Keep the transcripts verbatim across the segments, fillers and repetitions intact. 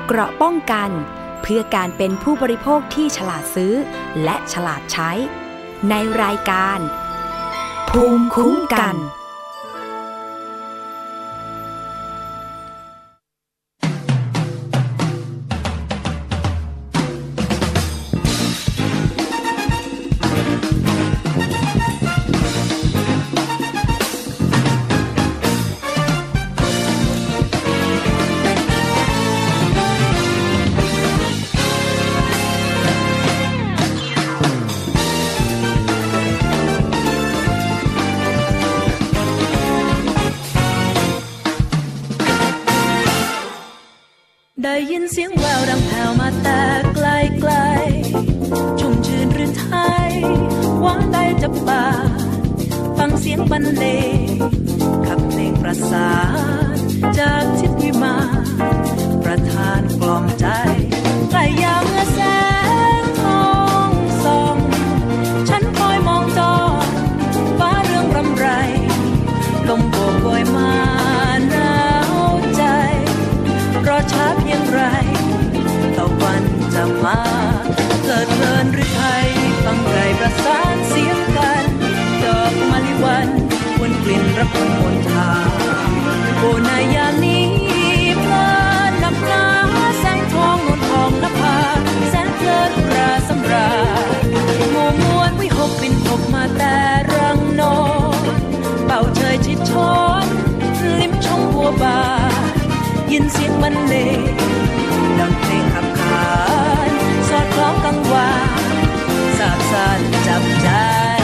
เกราะป้องกันเพื่อการเป็นผู้บริโภคที่ฉลาดซื้อและฉลาดใช้ในรายการภูมิคุ้มกันได้ยินเสียงแววดังแผ่วมาแต่ไกลไกลชุ่มชื่นหรือไทยหวานได้จับป่าฟังเสียงบรรเลงขับเพลงประสานจากทิศวิมานประทานกล่อมใจใกล้ยามเมื่อแสงทองส่องฉันคอยมองจอฟ้าเรื่องรำไรลมโบกโบยมาหนาวใจรอช้าเพียงไรตะวันจะมาเพลิดเพลินหรือไทยฟังไกลประสานเสียงกันดอกมะลิวันวนกลิ่นรักคนมนทาโบนายามนี้เพลินนับนาแสงทองนวลทองนภาแสนเพลินราสำราญโมมวนวิหกบินพบมาแต่รังนอนเป่าเชยชิดช้อนลิ้มชมบัวบานยินเสียงบรรเลงดังเพลงขับขานสอดคล้องกังวานสาบซ่านจับใจ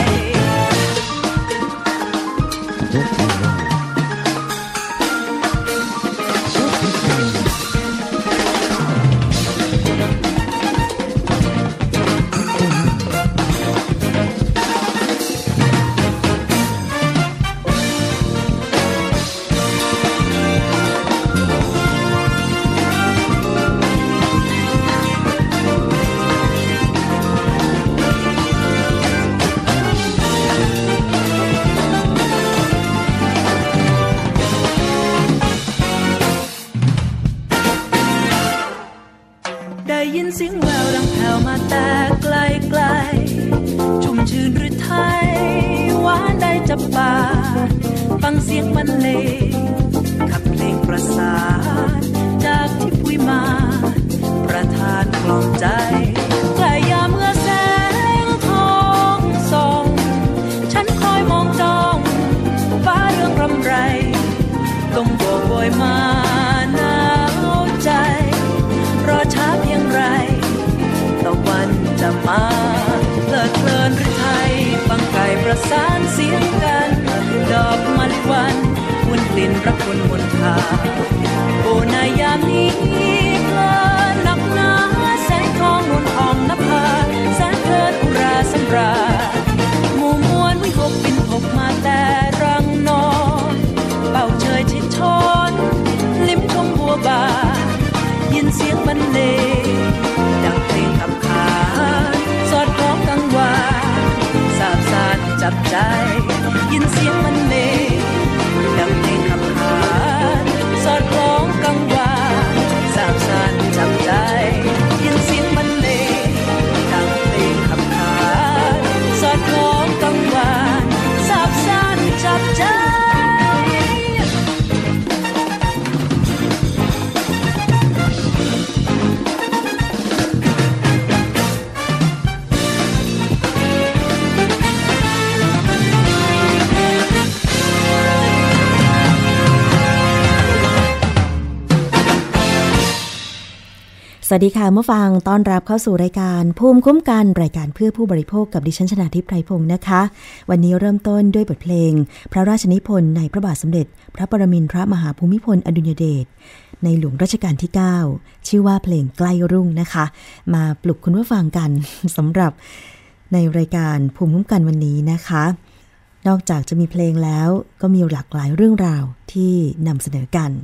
ได้ยินเสียงแววดังแผ่วมาแต่ไกลไกลชุ่มชื่นหรือไทยหวานได้จับป่าฟังเสียงบรรเลงขับเพลงประสานจากทิพวิมานประทานกล่อมใจใกล้ยามเมื่อแสงทองส่องฉันคอยมองจ้องฟ้าเรื่องรำไรลมโบกโบยมาหนาวใจรอช้าเพียงไรตะวันจะมาเพลิดเพลินหรือไทยฟังไก่ประสานเสียงกันดอกมะลิวันวนกลิ่นรักคนมนทาโอ้นายามนี้เพลินนักหนาแสงทองนวลทองนภาแสนเพลินอุราสำราญหมู่มวลวิหกบินพบมาแต่รังนอนเป่าเชยชิดช้อนลิ้มชมบัวบานยินเสียงบรรเลงดังเพลงขับขานสอดคล้องกังวานสาบซ่านจับใจยินเสียงบรรเลงดังเพลงขับขานสอดคล้องกังวานสาบซ่านจับใจยินเสียงบรรเลงดังเพลงขับขานสอดคล้องกังวานสาบซ่านจับใจสวัสดีค่ะผู้ฟังต้อนรับเข้าสู่รายการภูมิคุ้มกันรายการเพื่อผู้บริโภคกับดิฉันชนาธิปไพรพงศ์นะคะวันนี้เริ่มต้นด้วยบทเพลงพระราชนิพนธ์ในพระบาทสมเด็จพระปรมินทรมหาภูมิพลอดุลยเดชในหลวงรัชกาลที่เก้าชื่อว่าเพลงใกล้รุ่งนะคะมาปลุกคุณผู้ฟังกันสำหรับในรายการภูมิคุ้มกันวันนี้นะคะนอกจากจะมีเพลงแล้วก็มีหลากหลายเรื่องราวที่นำเสนอกัน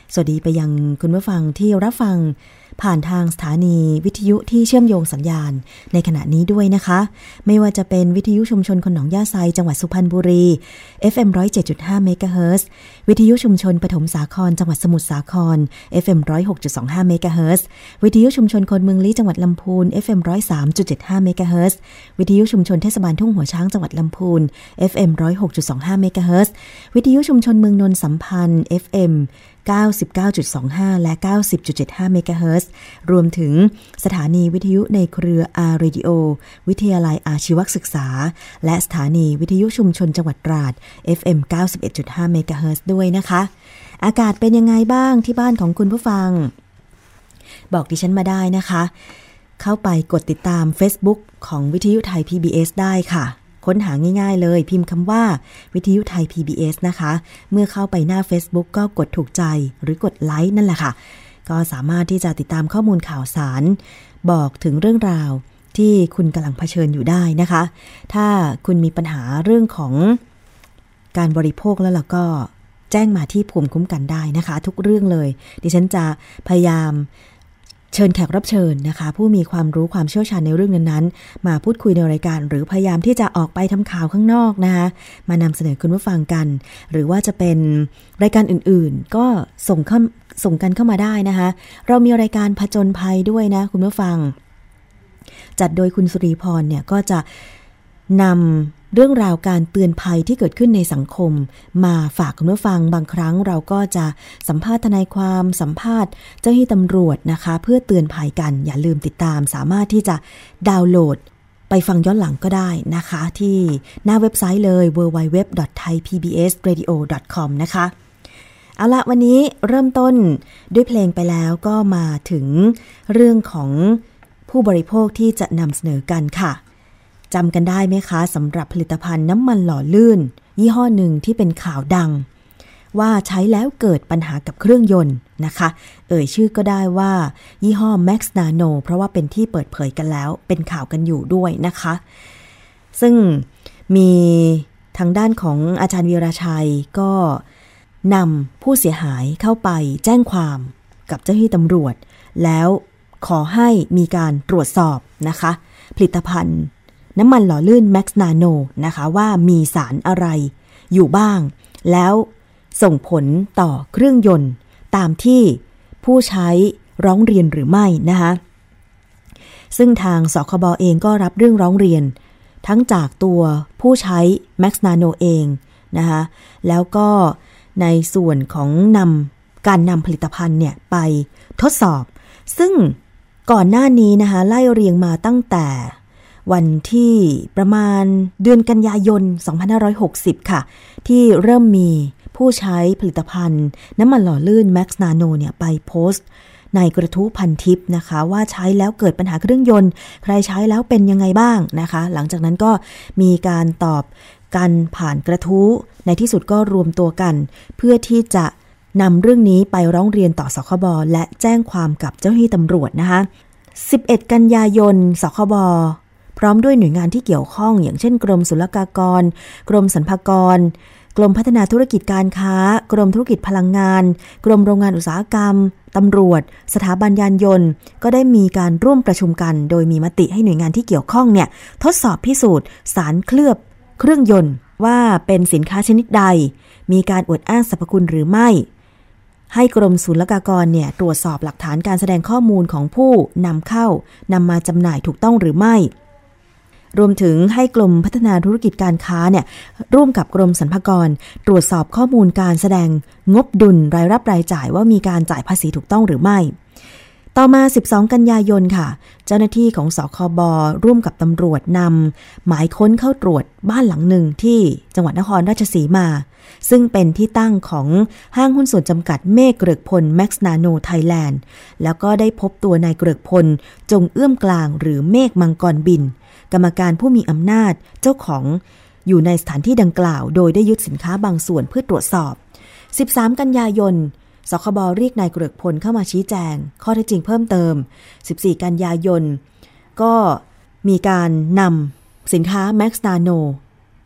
สวัสดีไปยังคุณผู้ฟังที่รับฟังผ่านทางสถานีวิทยุที่เชื่อมโยงสัญญาณในขณะนี้ด้วยนะคะไม่ว่าจะเป็นวิทยุชุมชนคนหนองย่าไซจังหวัดสุพรรณบุรี เอฟ เอ็ม หนึ่งร้อยเจ็ดจุดห้า เมกะเฮิรตซ์วิทยุชุมชนปฐมสาครจังหวัดสมุทรสาคร เอฟ เอ็ม หนึ่งร้อยหกจุดสองห้า เมกะเฮิรตซ์วิทยุชุมชนคนเมืองลี้จังหวัดลำพูน เอฟ เอ็ม หนึ่งร้อยสามจุดเจ็ดห้า เมกะเฮิรตซ์วิทยุชุมชนเทศบาลทุ่งหัวช้างจังหวัดลำพูน เอฟ เอ็ม หนึ่งร้อยหกจุดสองห้า เมกะเฮิรตซ์วิทยุชุมชนเมืองนนท์สัมพันธ์ เอฟ เอ็มเก้าสิบเก้าจุดสองห้า และ เก้าสิบจุดเจ็ดห้า เมกะเฮิรตซ์รวมถึงสถานีวิทยุในเครือ R Radio วิทยาลัยอาชีวศึกษาและสถานีวิทยุชุมชนจังหวัดตราด เอฟ เอ็ม เก้าสิบเอ็ดจุดห้า เมกะเฮิรตซ์ด้วยนะคะอากาศเป็นยังไงบ้างที่บ้านของคุณผู้ฟังบอกดิฉันมาได้นะคะเข้าไปกดติดตาม Facebook ของวิทยุไทย พี บี เอส ได้ค่ะค้นหาง่ายๆเลยพิมพ์คำว่าวิทยุไทย พี บี เอส นะคะเมื่อเข้าไปหน้า Facebook ก็กดถูกใจหรือกดไลค์นั่นแหละค่ะก็สามารถที่จะติดตามข้อมูลข่าวสารบอกถึงเรื่องราวที่คุณกำลังเผชิญอยู่ได้นะคะถ้าคุณมีปัญหาเรื่องของการบริโภคแล้วล่ะก็แจ้งมาที่ภูมิคุ้มกันได้นะคะทุกเรื่องเลยดิฉันจะพยายามเชิญแขกรับเชิญนะคะผู้มีความรู้ความเชี่ยวชาญในเรื่องนั้นๆมาพูดคุยในรายการหรือพยายามที่จะออกไปทำข่าวข้างนอกนะคะมานำเสนอคุณผู้ฟังกันหรือว่าจะเป็นรายการอื่นๆก็ส่งเข้าส่งกันเข้ามาได้นะคะเรามีรายการผจญภัยด้วยนะคุณผู้ฟังจัดโดยคุณสุรีพรเนี่ยก็จะนำเรื่องราวการเตือนภัยที่เกิดขึ้นในสังคมมาฝากคุณผู้ฟังบางครั้งเราก็จะสัมภาษณ์ทนายความสัมภาษณ์เจ้าหน้าที่ตำรวจนะคะเพื่อเตือนภัยกันอย่าลืมติดตามสามารถที่จะดาวน์โหลดไปฟังย้อนหลังก็ได้นะคะที่หน้าเว็บไซต์เลย ดับเบิลยู ดับเบิลยู ดับเบิลยู ดอท ไทย พี บี เอส เรดิโอ ดอท คอม นะคะเอาละวันนี้เริ่มต้นด้วยเพลงไปแล้วก็มาถึงเรื่องของผู้บริโภคที่จะนำเสนอกันค่ะจำกันได้ไหมคะสำหรับผลิตภัณฑ์น้ำมันหล่อลื่นยี่ห้อหนึ่งที่เป็นข่าวดังว่าใช้แล้วเกิดปัญหากับเครื่องยนต์นะคะเอ่ยชื่อก็ได้ว่ายี่ห้อ Max Nano เพราะว่าเป็นที่เปิดเผยกันแล้วเป็นข่าวกันอยู่ด้วยนะคะซึ่งมีทางด้านของอาจารย์วีระชัยก็นำผู้เสียหายเข้าไปแจ้งความกับเจ้าหน้าที่ตำรวจแล้วขอให้มีการตรวจสอบนะคะผลิตภัณฑ์น้ำมันหล่อลื่น Max Nano นะคะว่ามีสารอะไรอยู่บ้างแล้วส่งผลต่อเครื่องยนต์ตามที่ผู้ใช้ร้องเรียนหรือไม่นะคะซึ่งทางสคบเองก็รับเรื่องร้องเรียนทั้งจากตัวผู้ใช้ Max Nano เองนะคะแล้วก็ในส่วนของนำการนำผลิตภัณฑ์เนี่ยไปทดสอบซึ่งก่อนหน้านี้นะคะไล่เรียงมาตั้งแต่วันที่ประมาณเดือนกันยายนสองพันห้าร้อยหกสิบค่ะที่เริ่มมีผู้ใช้ผลิตภัณฑ์น้ำมันหล่อลื่น Max Nano เนี่ยไปโพสต์ในกระทู้พันทิปนะคะว่าใช้แล้วเกิดปัญหาเครื่องยนต์ใครใช้แล้วเป็นยังไงบ้างนะคะหลังจากนั้นก็มีการตอบกันผ่านกระทู้ในที่สุดก็รวมตัวกันเพื่อที่จะนำเรื่องนี้ไปร้องเรียนต่อสคบและแจ้งความกับเจ้าหน้าที่ตำรวจนะคะสิบเอ็ดกันยายนสคบพร้อมด้วยหน่วยงานที่เกี่ยวข้องอย่างเช่นกรมศุลกากรกรมสรรพากรกรมพัฒนาธุรกิจการค้ากรมธุรกิจพลังงานกรมโรงงานอุตสาหกรรมตำรวจสถาบันยานยนต์ก็ได้มีการร่วมประชุมกันโดยมีมติให้หน่วยงานที่เกี่ยวข้องเนี่ยทดสอบพิสูจน์สารเคลือบเครื่องยนต์ว่าเป็นสินค้าชนิดใดมีการอวดอ้างสรรพคุณหรือไม่ให้กรมศุลกากรเนี่ยตรวจสอบหลักฐานการแสดงข้อมูลของผู้นำเข้านำมาจำหน่ายถูกต้องหรือไม่รวมถึงให้กรมพัฒนาธุรกิจการค้าเนี่ยร่วมกับกรมสรรพากรตรวจสอบข้อมูลการแสดงงบดุลรายรับรายจ่ายว่ามีการจ่ายภาษีถูกต้องหรือไม่ต่อมาสิบสองกันยายนค่ะเจ้าหน้าที่ของสคบร่วมกับตำรวจนำหมายค้นเข้าตรวจบ้านหลังหนึ่งที่จังหวัดนครราชสีมาซึ่งเป็นที่ตั้งของห้างหุ้นส่วนจำกัดเมฆเกริกพล Max Nano Thailand แล้วก็ได้พบตัวนายเกริกพลจงเอื้อมกลางหรือเมฆมังกรบินกรรมการผู้มีอำนาจเจ้าของอยู่ในสถานที่ดังกล่าวโดยได้ยึดสินค้าบางส่วนเพื่อตรวจสอบสิบสามกันยายนสคบเรียกนายเกริกพลเข้ามาชี้แจงข้อเท็จจริงเพิ่มเติมสิบสี่กันยายนก็มีการนำสินค้า Max Nano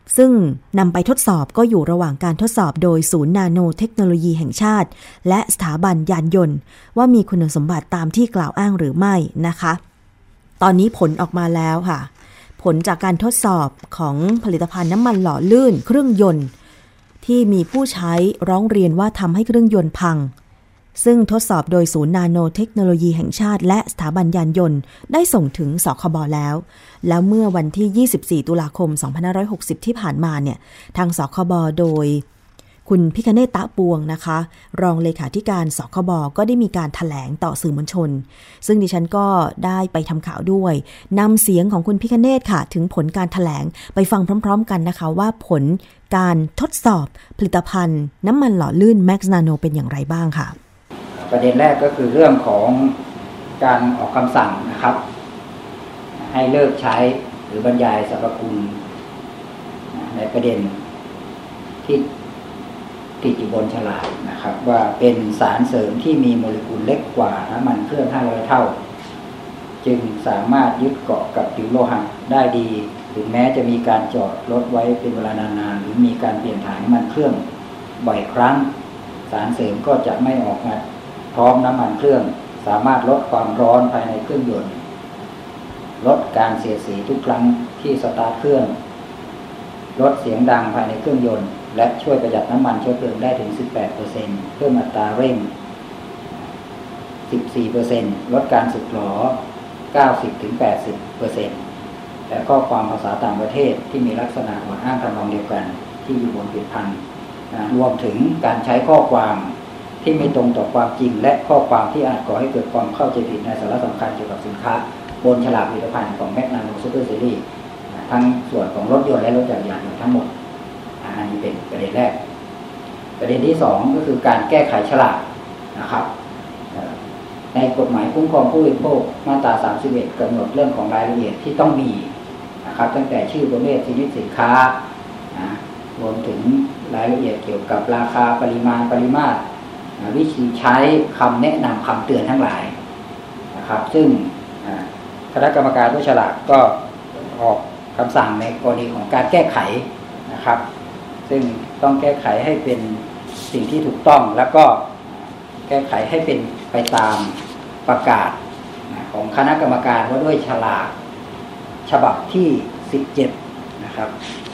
ซึ่งนำไปทดสอบก็อยู่ระหว่างการทดสอบโดยศูนย์นาโนเทคโนโลยีแห่งชาติและสถาบันยานยนต์ว่ามีคุณสมบัติตามที่กล่าวอ้างหรือไม่นะคะตอนนี้ผลออกมาแล้วค่ะผลจากการทดสอบของผลิตภัณฑ์น้ำมันหล่อลื่นเครื่องยนต์ที่มีผู้ใช้ร้องเรียนว่าทำให้เครื่องยนต์พังซึ่งทดสอบโดยศูนย์นาโนเทคโนโลยีแห่งชาติและสถาบันยานยนต์ได้ส่งถึงสคบแล้วแล้วเมื่อวันที่ยี่สิบสี่ตุลาคมสองพันห้าร้อยหกสิบที่ผ่านมาเนี่ยทางสคบโดยคุณพิคเนต ตะปวงนะคะรองเลขาธิการสคบก็ได้มีการแถลงต่อสื่อมวลชนซึ่งดิฉันก็ได้ไปทำข่าวด้วยนำเสียงของคุณพิคเนตค่ะถึงผลการแถลงไปฟังพร้อมๆกันนะคะว่าผลการทดสอบผลิตภัณฑ์น้ำมันหล่อลื่น Max Nano เป็นอย่างไรบ้างค่ะประเด็นแรกก็คือเรื่องของการออกคำสั่งนะครับให้เลิกใช้หรือบรรยายสรรพคุณในประเด็นที่ติดอยู่บนฉลากนะครับว่าเป็นสารเสริมที่มีโมเลกุลเล็กกว่าน้ำมันเครื่องห้าร้อยเท่าจึงสามารถยึดเกาะกับผิวโลหะได้ดีถึงแม้จะมีการจอดรถไว้เป็นเวลานานๆหรือมีการเปลี่ยนถ่ายน้ำมันเครื่องบ่อยครั้งสารเสริมก็จะไม่ออกมาพร้อมน้ำมันเครื่องสามารถลดความร้อนภายในเครื่องยนต์ลดการเสียดสีทุกครั้งที่สตาร์ทเครื่องลดเสียงดังภายในเครื่องยนต์และช่วยประหยัดน้ำมันเชื้อเพลิงได้ถึง สิบแปดเปอร์เซ็นต์ เพิ่มอัตราเร่ง สิบสี่เปอร์เซ็นต์ ลดการสึกหรอ เก้าสิบถึงแปดสิบเปอร์เซ็นต์ และข้อความภาษาต่างประเทศที่มีลักษณะอวดอ้างทำนองเดียวกันที่อยู่บนผลิตภัณฑ์รวมถึงการใช้ข้อความที่ไม่ตรงต่อความจริงและข้อความที่อาจก่อให้เกิดความเข้าใจผิดในสาระสำคัญเกี่ยวกับสินค้าบนฉลากผลิตภัณฑ์ของ Max Nano Super Series ทั้งส่วนของรถยนต์และรถจักรยานยนต์ทั้งหมดอันนี้เป็นประเด็นแรกประเด็นที่สองก็คือการแก้ไขฉลากนะครับในกฎหมายคุ้มครองผู้บริโภคมาตราสามสิบเอ็ดกำหนดเรื่องของรายละเอียดที่ต้องมีนะครับตั้งแต่ชื่อประเภทชนิดสินค้านะรวมถึงรายละเอียดเกี่ยวกับราคาปริมาณปริมาตรวิธีใช้คำแนะนำคำเตือนทั้งหลายนะครับซึ่งคณะกรรมการผู้ฉลากก็ออกคำสั่งในกรณีของการแก้ไขนะครับซึ่งต้องแก้ไขให้เป็นสิ่งที่ถูกต้องแล้วก็แก้ไขให้เป็นไปตามประกาศของคณะกรรมการว่าด้วยฉลากฉบับที่สิบเจ็ดนะครับ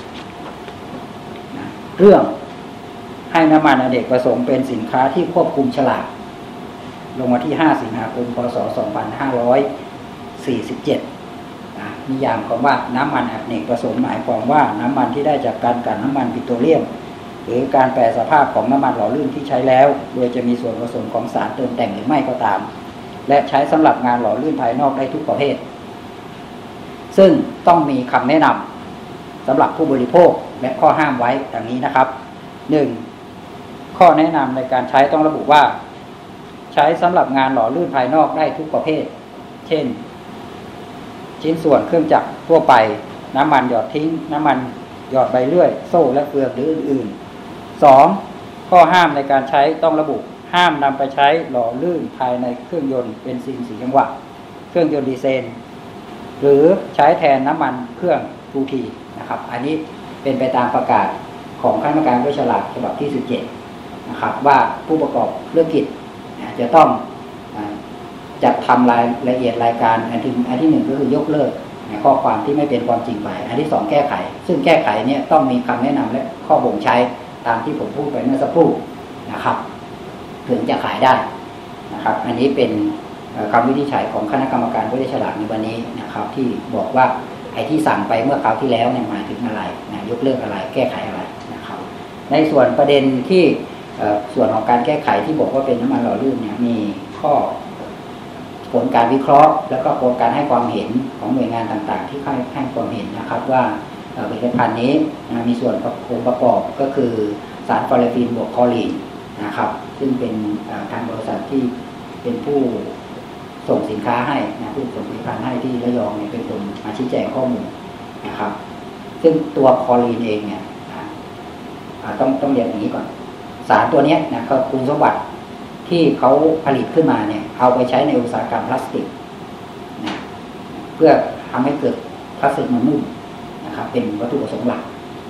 เรื่องให้น้ำมันอเนกประสงค์เป็นสินค้าที่ควบคุมฉลากลงมาที่ห้าสิงหาคมพ.ศ. สองพันห้าร้อยสี่สิบเจ็ดนะนิยามคำว่าน้ำมันอเนกประสงค์หมายความว่าน้ำมันที่ได้จากการกลั่นน้ำมันปิโตรเลียมหรือการแปรสภาพของน้ำมันหล่อลื่นที่ใช้แล้วโดยจะมีส่วนผสมของสารเติมแต่งหรือไม่ก็ตามและใช้สำหรับงานหล่อลื่นภายนอกได้ทุกประเภทซึ่งต้องมีคำแนะนำสำหรับผู้บริโภคและข้อห้ามไว้ดังนี้นะครับ หนึ่งข้อแนะนำในการใช้ต้องระบุว่าใช้สำหรับงานหล่อลื่นภายนอกได้ทุกประเภทเช่นชิ้นส่วนเครื่องจักรทั่วไปน้ำมันหยอดทิ้งน้ำมันหยอดใบเลื่อยโซ่และเฟือกหรืออื่นๆสองข้อห้ามในการใช้ต้องระบุห้ามนำไปใช้หล่อลื่นภายในเครื่องยนต์เบนซินสี่จังหวะเครื่องยนต์ดีเซลหรือใช้แทนน้ำมันเครื่องทูทีนะครับอันนี้เป็นไปตามประกาศของคณะกรรมการผู้ฉลากฉบับที่สิบเจ็ดนะครับว่าผู้ประกอบธุรกิจจะต้องจัดทำรายละเอียดรายการอันที่อันที่หนึ่งก็คือยกเลิกข้อความที่ไม่เป็นความจริงไปอันที่สองแก้ไขซึ่งแก้ไขเนี่ยต้องมีคำแนะนำและข้อบ่งใช้ตามที่ผมพูดไปเมื่อสักครู่นะครับถึงจะขายได้นะครับอันนี้เป็นคำวินิจฉัยของคณะกรรมการผู้ฉลากในวันนี้นะครับที่บอกว่าไอ้ที่สั่งไปเมื่อคราวที่แล้วเนี่ยหมายถึงอะไรนะยกเลิกอะไรแก้ไขอะไรนะครับในส่วนประเด็นที่ส่วนของการแก้ไขที่บอกว่าเป็นน้ำมันหล่อลื่นเนี่ยมีข้อผลการวิเคราะห์แล้วก็ผลการให้ความเห็นของหน่วยงานต่างๆที่ให้ให้ความเห็นนะครับว่าผลิตภัณฑ์นี้มีส่วนองค์ประกอบก็คือสารฟอเรฟินบวกคลอรีนนะครับซึ่งเป็นทางบริษัทที่เป็นผู้ส่งสินค้าให้นะผู้ส่งผลิตภัณฑ์ให้ที่ระยองเนี่ยเป็นคนมาชี้แจงข้อมูลนะครับซึ่งตัวคลอรีนเองเนี่ยต้องต้องเรียนอย่างนี้ก่อนสารตัวนี้นะเขาคุณสมบัติที่เขาผลิตขึ้นมาเนี่ยเอาไปใช้ในอุตสาหกรรมพลาสติกนะเพื่อทำให้เกิดพลาสติกมันนุ่มนะครับเป็นวัตถุประสงค์หลัก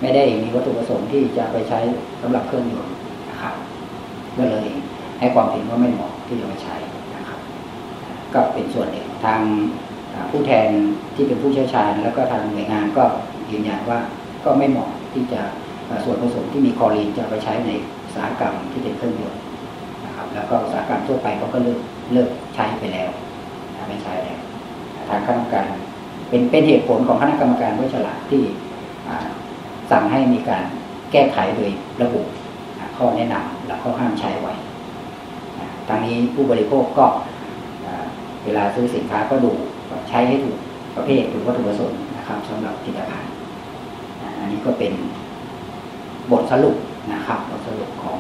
ไม่ได้มีวัตถุประสงค์ที่จะไปใช้สำหรับเครื่องยนต์นะครับก็เลยให้ความเห็นว่าไม่เหมาะที่จะไปใช้นะครับก็เป็นส่วนหนึ่งทางผู้แทนที่เป็นผู้เชี่ยวชาญแล้วก็ทางหน่วยงานก็ยืนยันว่าก็ไม่เหมาะที่จะส่วนผสมที่มีคลอรีนจะไปใช้ในอุตสาหกรรมที่เป็นเครื่องยนต์นะครับแล้วก็อุตสาหกรรมทั่วไปเขาก็เลิกเลิกใช้ไปแล้วไม่ใช้แล้วทางคณะกรรมการเป็นเป็นเหตุผลของคณะกรรมการผู้ฉลาดที่สั่งให้มีการแก้ไขโดยระบุข้อแนะนำและข้อห้ามใช้ไว้ทางนี้ผู้บริโภคก็เวลาซื้อสินค้าก็ดูใช้ให้ถูกประเภทถูกวัตถุประสงค์นะครับสำหรับผลิตภัณฑ์อันนี้ก็เป็นบทสรุปนะครับบทสรุปของ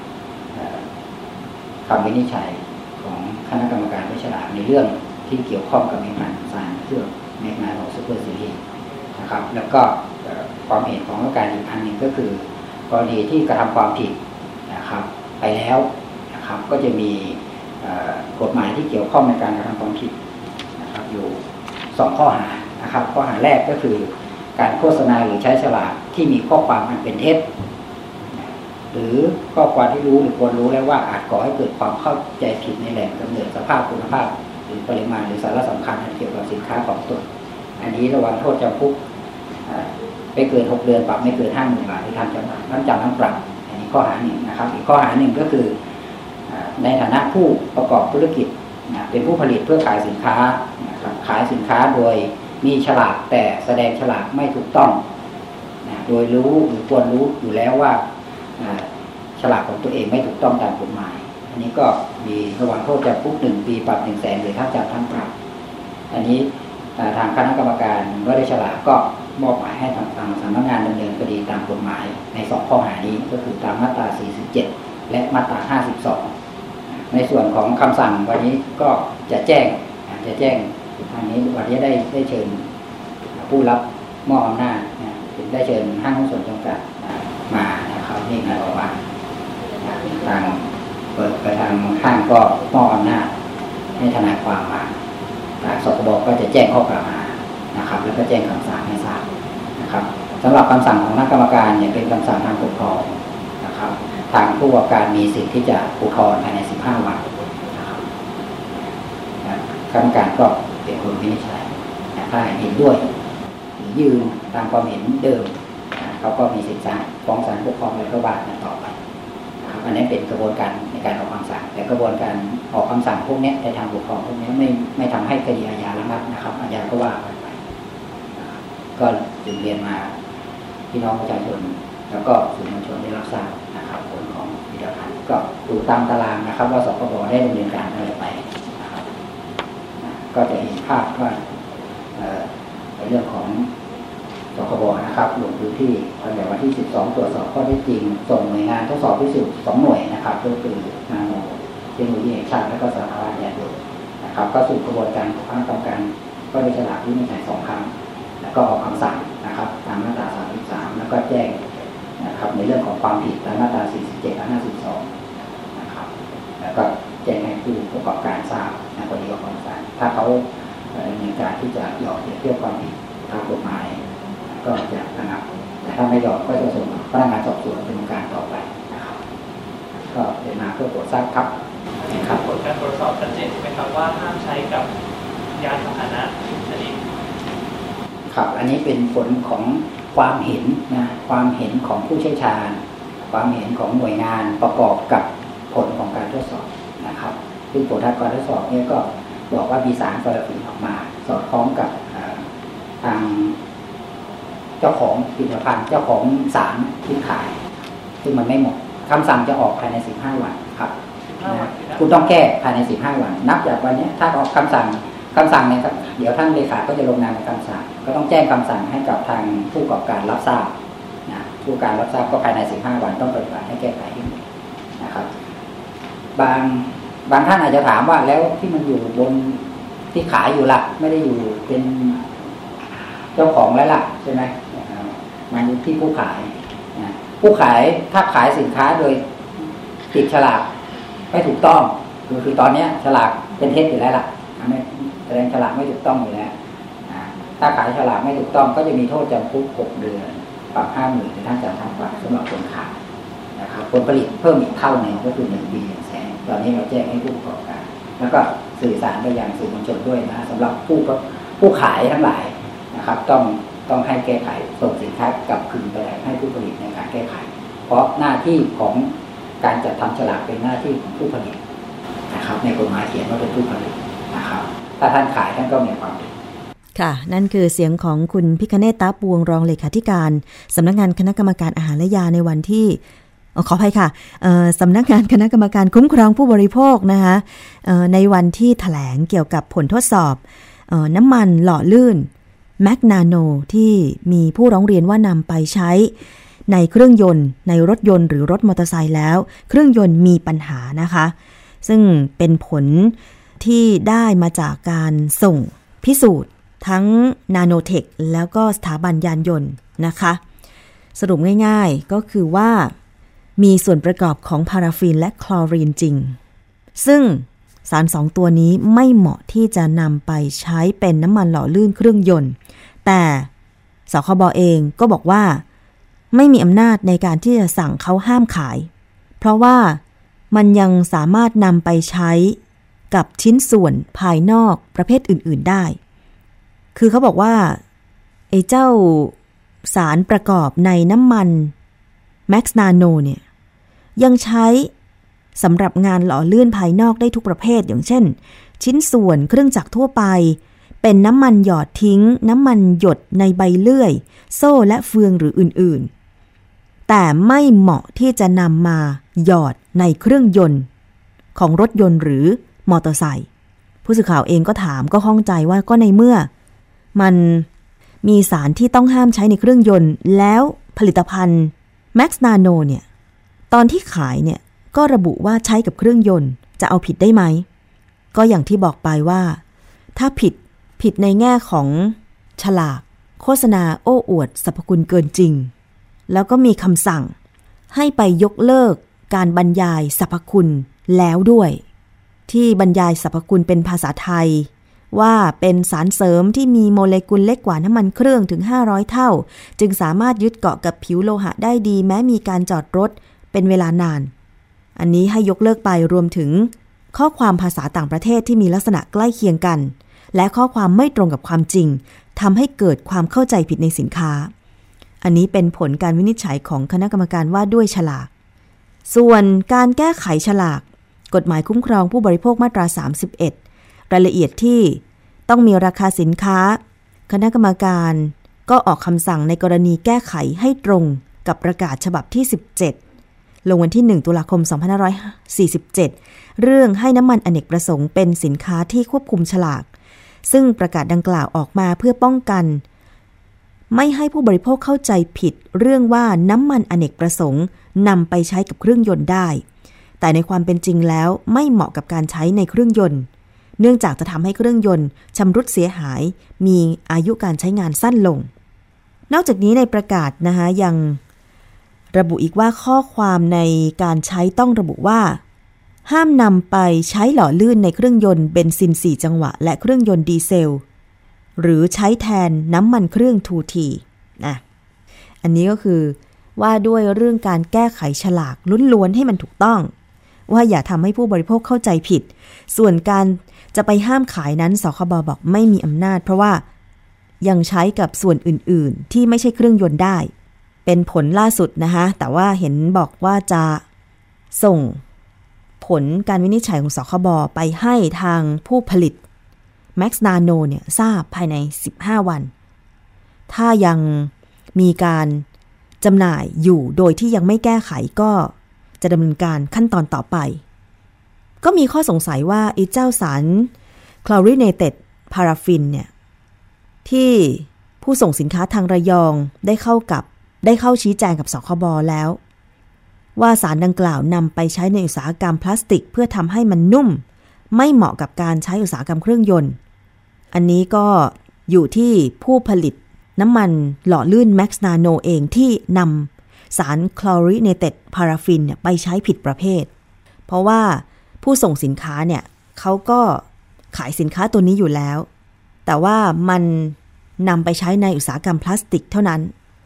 คำวินิจฉัยของคณะกรรมการผู้ฉลาดในเรื่องที่เกี่ยวข้องกับเมกมาสารเครื่องเมกมาของซูเปอร์ซีรีส์นะครับแล้วก็ความเห็นของกรรมการอีกอันหนึ่งก็คือกรณีที่กระทำความผิดนะครับไปแล้วนะครับก็จะมีกฎหมายที่เกี่ยวข้องในการกระทำความผิดนะครับอยู่สองข้อหานะครับข้อหาแรกก็คือการโฆษณาหรือใช้ฉลากที่มีข้อความอันเป็นเท็จหรือข้อความที่รู้หรือควรรู้แล้วว่าอาจก่อให้เกิดความเข้าใจผิดในแหล่งกำเนิดสภาพคุณภาพหรือปริมาณหรือสาระสำคัญเกี่ยวกับสินค้าของตนอันนี้ระวังโทษจำคุกไม่เกินหกเดือนปรับไม่เกินห้าหมื่นบาทหรือทางจำทั้งจำทั้งปรับอันนี้ข้อหาหนึ่งนะครับอีกข้อหาหนึ่งก็คือในฐานะผู้ประกอบธุรกิจเป็นผู้ผลิตเพื่อขายสินค้าขายสินค้าโดยมีฉลากแต่แสดงฉลากไม่ถูกต้องโดยรู้หรือควรรู้อยู่แล้วว่าฉลากของตัวเองไม่ถูกต้องตามกฎหมายอันนี้ก็มีระหว่างโทษจำคุกหนึ่งปีปรับหนึ่งแสนหรือทั้งจำทั้งปรับอันนี้ทางคณะกรรมการว่าได้ฉลากก็มอบหมายให้ทางทางสำนักงานดำเนินคดีตามกฎหมายในสองข้อหานี้ก็คือตามมาตราสี่สิบเจ็ดและมาตราห้าสิบสองในส่วนของคำสั่งวันนี้ก็จะแจ้งจะแจ้งทางนี้วันนี้ได้ได้เชิญผู้รับมอบอำนาจได้เชิญห้างหุ้นส่วนจำกัดมานะครับนี่นะบอกว่าทางเปิดไปทางห้างก็มอบอำนาจให้ทนายความมาทางสคบก็จะแจ้งข้อกล่าวหานะครับแล้วก็แจ้งคำสั่งให้ทราบนะครับสำหรับคำสั่งของคณะกรรมการเนี่ยเป็นคำสั่งทางปกครองนะครับทางผู้ประกอบการมีสิทธิ์ที่จะอุทธรณ์ภายในสิบห้าวันนะครับคณะกรรมการก็เป็นคนวินิจฉัยถ้าเห็นด้วยหรือยืนตามความเห็นเดิมเขาก็มีสิทธิ์ฟ้องศาลปกครองและก็ว่ากันต่อไปนะครับอันนี้เป็นกระบวนการในการออกคำสั่งแต่กระบวนการออกคำสั่งพวกนี้ในทางปกครองพวกนี้ไม่ไม่ทำให้คดีอาญาระงับนะครับอาญาก็ว่ากันไปก็จึงเรียนมาพี่น้องประชาชนแล้วก็สื่อมวลชนได้รับทราบนะครับผลของผลิตภัณฑ์ก็ดูตามตารางนะครับว่าสคบได้ดำเนินการอะไรไปนะครับก็จะเห็นภาพว่าในเรื่องของสคบนะครับลงพื้นที่ตั้งแต่วันที่สิบสองตรวจสอบข้อเท็จจริงส่งหน่วยงานทดสอบพิสูจน์สองหน่วยนะครับก็คือนาโนเทคโนโลยีแห่งชาติและก็สถาบันยานยนต์นะครับก็สู่กระบวนการของคณะกรรมการก็ได้ฉลากวินิจฉัยสองครั้งแล้วก็ออกคำสั่งนะครับตามมาตราสามสิบสามแล้วก็แจ้งนะครับในเรื่องของความผิดตามมาตราสี่สิบเจ็ดและห้าสิบสองนะครับแล้วก็แจ้งให้ผู้ประกอบการทราบในกรณีของคำสั่งถ้าเขาดำเนินการที่จะยอมเทียบความผิดตามกฎหมายก็จะระงับแต่ถ้าไม่ยอมก็จะส่งพนักงานสอบสวนดำเนินการต่อไปนะครับก็เป็นมาเพื่อโปรดทราบครับครับผลการตรวจสอบชัดเจนไหมครับว่าห้ามใช้กับยานพาหนะทุกชนิดครับอันนี้เป็นผลของความเห็นนะความเห็นของผู้เชี่ยวชาญความเห็นของหน่วยงานประกอบกับผลของการทดสอบนะครับซึ่งผลทางการทดสอบนี้ก็บอกว่ามีสารฟอร์ฟินออกมาสอดคล้องกับทางเจ้าของผลิตภัณฑ์เจ้าของสารที่ขายซึ่งมันไม่หมดคำสั่งจะออกภายในสิบห้าวันครับนะคุณต้องแก้ภายในสิบห้าวันนับจากวันนี้ถ้าออกคำสั่งคำสั่งเนี่ยเดี๋ยวท่านเลขาก็จะลงนามในคำสั่งก็ต้องแจ้งคำสั่งให้กับทางผู้ประกอบการรับทราบนะผู้การรับทราบก็ภายในสิบห้าวันต้องปฏิบัติให้แก้ไขนะครับบางบางท่านอาจจะถามว่าแล้วที่มันอยู่บนที่ขายอยู่ล่ะไม่ได้อยู่เป็นเจ้าของแล้วล่ะใช่ไหมมันอยู่ที่ผู้ขายนะผู้ขายถ้าขายสินค้าโดยติดฉลากไม่ถูกต้องคือคือตอนนี้ฉลากเป็นเท็จอยู่แล้วล่ะไม่แสดงฉลากไม่ถูกต้องอยู่แล้วถ้าขายฉลากไม่ถูกต้องก็จะมีโทษจำคุกหกเดือนปรับห้าหมื่นหรือทั้งจำทั้งปรับสำหรับคนขายนะครับผลผลิตเพิ่มอีกเท่าหนึ่งก็คือหนึ่งปีหนึ่งแสนตอนนี้เราแจ้งให้ผู้ประกอบการแล้วก็สื่อสารไปยังสื่อมวลชนด้วยนะสำหรับผู้ผู้ขายทั้งหลายนะครับต้องต้องให้แก้ไขส่งสินค้ากลับคืนไปให้ผู้ผลิตในการแก้ไขเพราะหน้าที่ของการจัดทำฉลากเป็นหน้าที่ของผู้ผลิตนะครับในกฎหมายเขียนว่าเป็นผู้ผลิตนะครับถ้าท่านขายท่านก็มีความผิดค่ะนั่นคือเสียงของคุณพิคเนต ตาปวงรองเลขาธิการสำนักงานคณะกรรมการอาหารและยาในวันที่ขออภัยค่ะสำนักงานคณะกรรมการคุ้มครองผู้บริโภคนะคะในวันที่แถลงเกี่ยวกับผลทดสอบน้ำมันหล่อลื่นแมกนาโนที่มีผู้ร้องเรียนว่านำไปใช้ในเครื่องยนต์ในรถยนต์หรือรถมอเตอร์ไซค์แล้วเครื่องยนต์มีปัญหานะคะซึ่งเป็นผลที่ได้มาจากการส่งพิสูจน์ทั้งนาโนเทคแล้วก็สถาบันยานยนต์นะคะสรุปง่ายๆก็คือว่ามีส่วนประกอบของพาราฟินและคลอรีนจริงซึ่งสารสองตัวนี้ไม่เหมาะที่จะนำไปใช้เป็นน้ำมันหล่อลื่นเครื่องยนต์แต่สคบเองก็บอกว่าไม่มีอำนาจในการที่จะสั่งเขาห้ามขายเพราะว่ามันยังสามารถนำไปใช้กับชิ้นส่วนภายนอกประเภทอื่นๆได้คือเขาบอกว่าไอ้เจ้าสารประกอบในน้ำมันแม็กซ์นาโนเนี่ยยังใช้สำหรับงานหล่อลื่นภายนอกได้ทุกประเภทอย่างเช่นชิ้นส่วนเครื่องจักรทั่วไปเป็นน้ำมันหยอดทิ้งน้ำมันหยดในใบเลื่อยโซ่และเฟืองหรืออื่นๆแต่ไม่เหมาะที่จะนำมาหยอดในเครื่องยนต์ของรถยนต์หรือมอเตอร์ไซค์ผู้สื่อข่าวเองก็ถามก็ข้องใจว่าก็ในเมื่อมันมีสารที่ต้องห้ามใช้ในเครื่องยนต์แล้วผลิตภัณฑ์แม็กซ์นาโนเนี่ยตอนที่ขายเนี่ยก็ระบุว่าใช้กับเครื่องยนต์จะเอาผิดได้ไหมก็อย่างที่บอกไปว่าถ้าผิดผิดในแง่ของฉลากโฆษณาโอ้อวดสรรพคุณเกินจริงแล้วก็มีคำสั่งให้ไปยกเลิกการบรรยายสรรพคุณแล้วด้วยที่บรรยายสรรพคุณเป็นภาษาไทยว่าเป็นสารเสริมที่มีโมเลกุลเล็กกว่าน้ำมันเครื่องถึงห้าร้อยเท่าจึงสามารถยึดเกาะกับผิวโลหะได้ดีแม้มีการจอดรถเป็นเวลานานอันนี้ให้ยกเลิกไปรวมถึงข้อความภาษาต่างประเทศที่มีลักษณะใกล้เคียงกันและข้อความไม่ตรงกับความจริงทำให้เกิดความเข้าใจผิดในสินค้าอันนี้เป็นผลการวินิจฉัยของคณะกรรมการว่าด้วยฉลากส่วนการแก้ไขฉลากกฎหมายคุ้มครองผู้บริโภคมาตราสามสิบเอ็ดรายละเอียดที่ต้องมีราคาสินค้าคณะกรรมการก็ออกคำสั่งในกรณีแก้ไขให้ตรงกับประกาศฉบับที่สิบเจ็ดลงวันที่หนึ่งตุลาคมสองพันห้าร้อยสี่สิบเจ็ดเรื่องให้น้ำมันอเนกประสงค์เป็นสินค้าที่ควบคุมฉลากซึ่งประกาศดังกล่าวออกมาเพื่อป้องกันไม่ให้ผู้บริโภคเข้าใจผิดเรื่องว่าน้ำมันอเนกประสงค์นำไปใช้กับเครื่องยนต์ได้แต่ในความเป็นจริงแล้วไม่เหมาะกับการใช้ในเครื่องยนต์เนื่องจากจะทำให้เครื่องยนต์ชำรุดเสียหายมีอายุการใช้งานสั้นลงนอกจากนี้ในประกาศนะคะยังระบุอีกว่าข้อความในการใช้ต้องระบุว่าห้ามนำไปใช้หล่อลื่นในเครื่องยนต์เบนซินสี่จังหวะและเครื่องยนต์ดีเซลหรือใช้แทนน้ำมันเครื่อง ทู ที นะอันนี้ก็คือว่าด้วยเรื่องการแก้ไขฉลากล้วนๆให้มันถูกต้องว่าอย่าทำให้ผู้บริโภคเข้าใจผิดส่วนการจะไปห้ามขายนั้นสคบบอกไม่มีอำนาจเพราะว่ายังใช้กับส่วนอื่นๆที่ไม่ใช่เครื่องยนต์ได้เป็นผลล่าสุดนะคะแต่ว่าเห็นบอกว่าจะส่งผลการวินิจฉัยของสคบไปให้ทางผู้ผลิตแม็กซ์นาโนเนี่ยทราบภายในสิบห้าวันถ้ายังมีการจำหน่ายอยู่โดยที่ยังไม่แก้ไขก็จะดำเนินการขั้นตอนต่อไปก็มีข้อสงสัยว่าไอ้เจ้าสารคลอรีเนเต็ดพาราฟินเนี่ยที่ผู้ส่งสินค้าทางระยองได้เข้ากับได้เข้าชี้แจงกับสคบแล้วว่าสารดังกล่าวนำไปใช้ในอุตสาหกรรมพลาสติกเพื่อทำให้มันนุ่มไม่เหมาะกับการใช้อุตสาหกรรมเครื่องยนต์อันนี้ก็อยู่ที่ผู้ผลิตน้ำมันหล่อลื่นแม็กซ์นาโนเองที่นำสารคลอรีเนเต็ดพาราฟินเนี่ยไปใช้ผิดประเภทเพราะว่าผู้ส่งสินค้าเนี่ยเขาก็ขายสินค้าตัวนี้อยู่แล้วแต่ว่ามันนำไปใช้ในอุตสาหกรรมพลาสติกเท่านั้น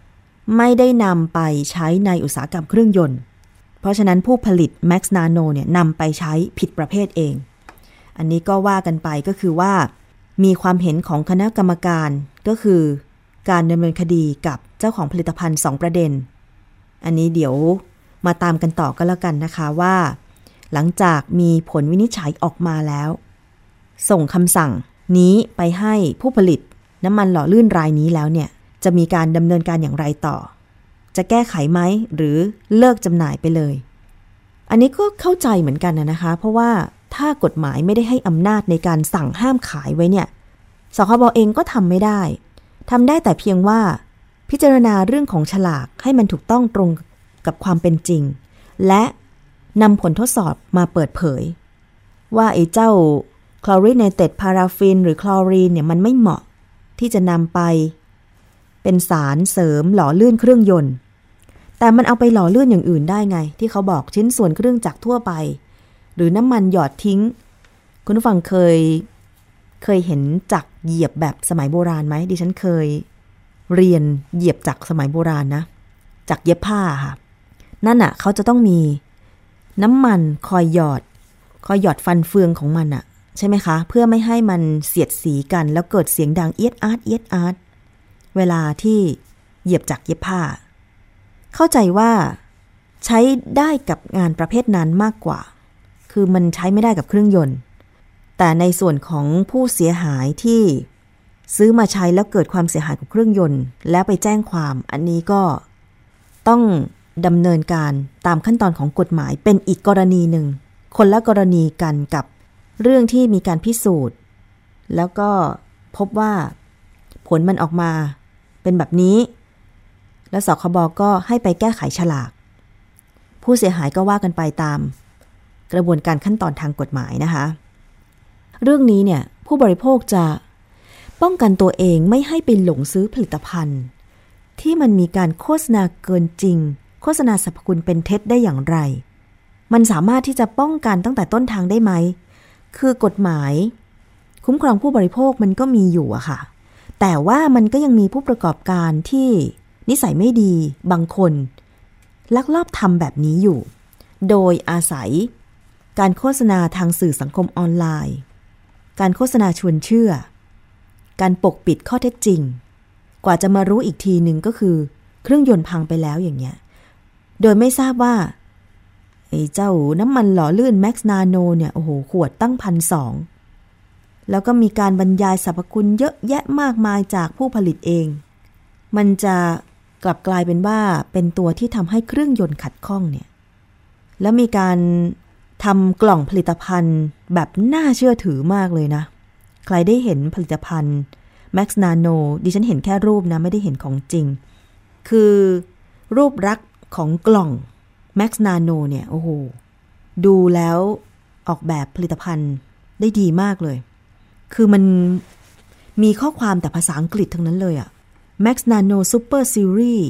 ไม่ได้นำไปใช้ในอุตสาหกรรมเครื่องยนต์เพราะฉะนั้นผู้ผลิต Max Nano เนี่ยนำไปใช้ผิดประเภทเองอันนี้ก็ว่ากันไปก็คือว่ามีความเห็นของคณะกรรมการก็คือการดำเนินคดีกับเจ้าของผลิตภัณฑ์สองประเด็นอันนี้เดี๋ยวมาตามกันต่อก็แล้วกันนะคะว่าหลังจากมีผลวินิจฉัยออกมาแล้วส่งคำสั่งนี้ไปให้ผู้ผลิตน้ำมันหล่อลื่นรายนี้แล้วเนี่ยจะมีการดำเนินการอย่างไรต่อจะแก้ไขไหมหรือเลิกจำหน่ายไปเลยอันนี้ก็เข้าใจเหมือนกันนะคะเพราะว่าถ้ากฎหมายไม่ได้ให้อำนาจในการสั่งห้ามขายไว้เนี่ยสคบเองก็ทำไม่ได้ทำได้แต่เพียงว่าพิจารณาเรื่องของฉลากให้มันถูกต้องตรงกับความเป็นจริงและนำผลทดสอบมาเปิดเผยว่าไอ้เจ้าคลอรีเนเต็ดพาราฟินหรือคลอรีนเนี่ยมันไม่เหมาะที่จะนำไปเป็นสารเสริมหล่อลื่นเครื่องยนต์แต่มันเอาไปหล่อลื่นอย่างอื่นได้ไงที่เขาบอกชิ้นส่วนเครื่องจักรทั่วไปหรือน้ำมันหยอดทิ้งคุณผู้ฟังเคยเคยเห็นจักรเหยียบแบบสมัยโบราณไหมดิฉันเคยเรียนเหยียบจักรสมัยโบราณนะจักรเย็บผ้าค่ะนั่นน่ะเขาจะต้องมีน้ำมันคอยหยอดคอยหยอดฟันเฟืองของมันน่ะใช่ไหมคะเพื่อไม่ให้มันเสียดสีกันแล้วเกิดเสียงดังเอียดอาร์ตเอียดอาร์ตเวลาที่เหยียบจักรเย็บผ้าเข้าใจว่าใช้ได้กับงานประเภทนั้นมากกว่าคือมันใช้ไม่ได้กับเครื่องยนต์แต่ในส่วนของผู้เสียหายที่ซื้อมาใช้แล้วเกิดความเสียหายกับเครื่องยนต์แล้วไปแจ้งความอันนี้ก็ต้องดำเนินการตามขั้นตอนของกฎหมายเป็นอีกกรณีหนึ่งคนละกรณีกันกับเรื่องที่มีการพิสูจน์แล้วก็พบว่าผลมันออกมาเป็นแบบนี้แล้วสคบก็ให้ไปแก้ไขฉลากผู้เสียหายก็ว่ากันไปตามกระบวนการขั้นตอนทางกฎหมายนะคะเรื่องนี้เนี่ยผู้บริโภคจะป้องกันตัวเองไม่ให้ไปหลงซื้อผลิตภัณฑ์ที่มันมีการโฆษณาเกินจริงโฆษณาสรรพคุณเป็นเท็จได้อย่างไรมันสามารถที่จะป้องกันตั้งแต่ต้นทางได้ไหมคือกฎหมายคุ้มครองผู้บริโภคมันก็มีอยู่อะค่ะแต่ว่ามันก็ยังมีผู้ประกอบการที่นิสัยไม่ดีบางคนลักลอบทำแบบนี้อยู่โดยอาศัยการโฆษณาทางสื่อสังคมออนไลน์การโฆษณาชวนเชื่อการปกปิดข้อเท็จจริงกว่าจะมารู้อีกทีหนึ่งก็คือเครื่องยนต์พังไปแล้วอย่างเงี้ยโดยไม่ทราบว่าไอ้เจ้าน้ำมันหล่อลื่น Max Nano เนี่ยโอ้โหขวดตั้ง หนึ่งพันสองร้อย แล้วก็มีการบรรยายสรรพคุณเยอะแยะมากมายจากผู้ผลิตเองมันจะกลับกลายเป็นว่าเป็นตัวที่ทำให้เครื่องยนต์ขัดข้องเนี่ยแล้วมีการทำกล่องผลิตภัณฑ์แบบน่าเชื่อถือมากเลยนะใครได้เห็นผลิตภัณฑ์ Max Nano ดิฉันเห็นแค่รูปนะไม่ได้เห็นของจริงคือรูปลักษณ์ของกล่อง Max Nano เนี่ยโอ้โหดูแล้วออกแบบผลิตภัณฑ์ได้ดีมากเลยคือมันมีข้อความแต่ภาษาอังกฤษทั้งนั้นเลยอะ Max Nano Super Series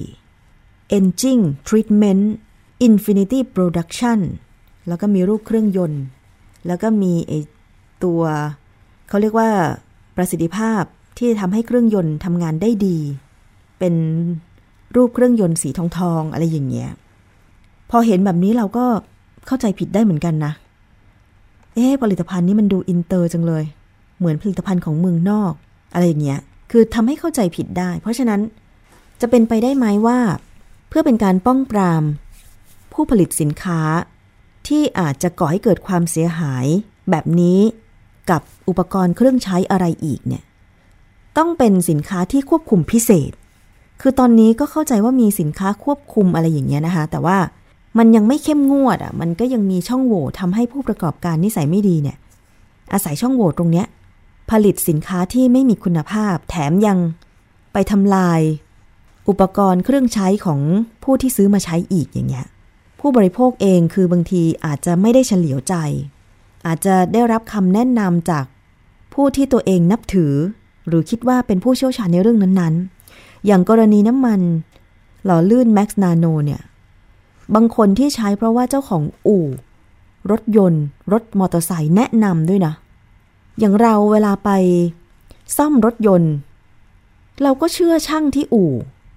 Engine Treatment Infinity Production แล้วก็มีรูปเครื่องยนต์แล้วก็มีไอตัวเขาเรียกว่าประสิทธิภาพที่ทำให้เครื่องยนต์ทำงานได้ดีเป็นรูปเครื่องยนต์สีทองทองอะไรอย่างเงี้ยพอเห็นแบบนี้เราก็เข้าใจผิดได้เหมือนกันนะเอ๊ะผลิตภัณฑ์นี้มันดูอินเตอร์จังเลยเหมือนผลิตภัณฑ์ของเมืองนอกอะไรอย่างเงี้ยคือทำให้เข้าใจผิดได้เพราะฉะนั้นจะเป็นไปได้ไหมว่าเพื่อเป็นการป้องปรามผู้ผลิตสินค้าที่อาจจะก่อให้เกิดความเสียหายแบบนี้กับอุปกรณ์เครื่องใช้อะไรอีกเนี่ยต้องเป็นสินค้าที่ควบคุมพิเศษคือตอนนี้ก็เข้าใจว่ามีสินค้าควบคุมอะไรอย่างเงี้ยนะคะแต่ว่ามันยังไม่เข้มงวดอ่ะมันก็ยังมีช่องโหว่ทำให้ผู้ประกอบการนิสัยไม่ดีเนี่ยอาศัยช่องโหว่ตรงเนี้ยผลิตสินค้าที่ไม่มีคุณภาพแถมยังไปทำลายอุปกรณ์เครื่องใช้ของผู้ที่ซื้อมาใช้อีกอย่างเงี้ยผู้บริโภคเองคือบางทีอาจจะไม่ได้เฉลียวใจอาจจะได้รับคำแนะนำจากผู้ที่ตัวเองนับถือหรือคิดว่าเป็นผู้เชี่ยวชาญในเรื่องนั้นๆอย่างกรณีน้ำมันหล่อลื่น Max Nano เนี่ยบางคนที่ใช้เพราะว่าเจ้าของอู่รถยนต์รถมอเตอร์ไซค์แนะนำด้วยนะอย่างเราเวลาไปซ่อมรถยนต์เราก็เชื่อช่างที่อู่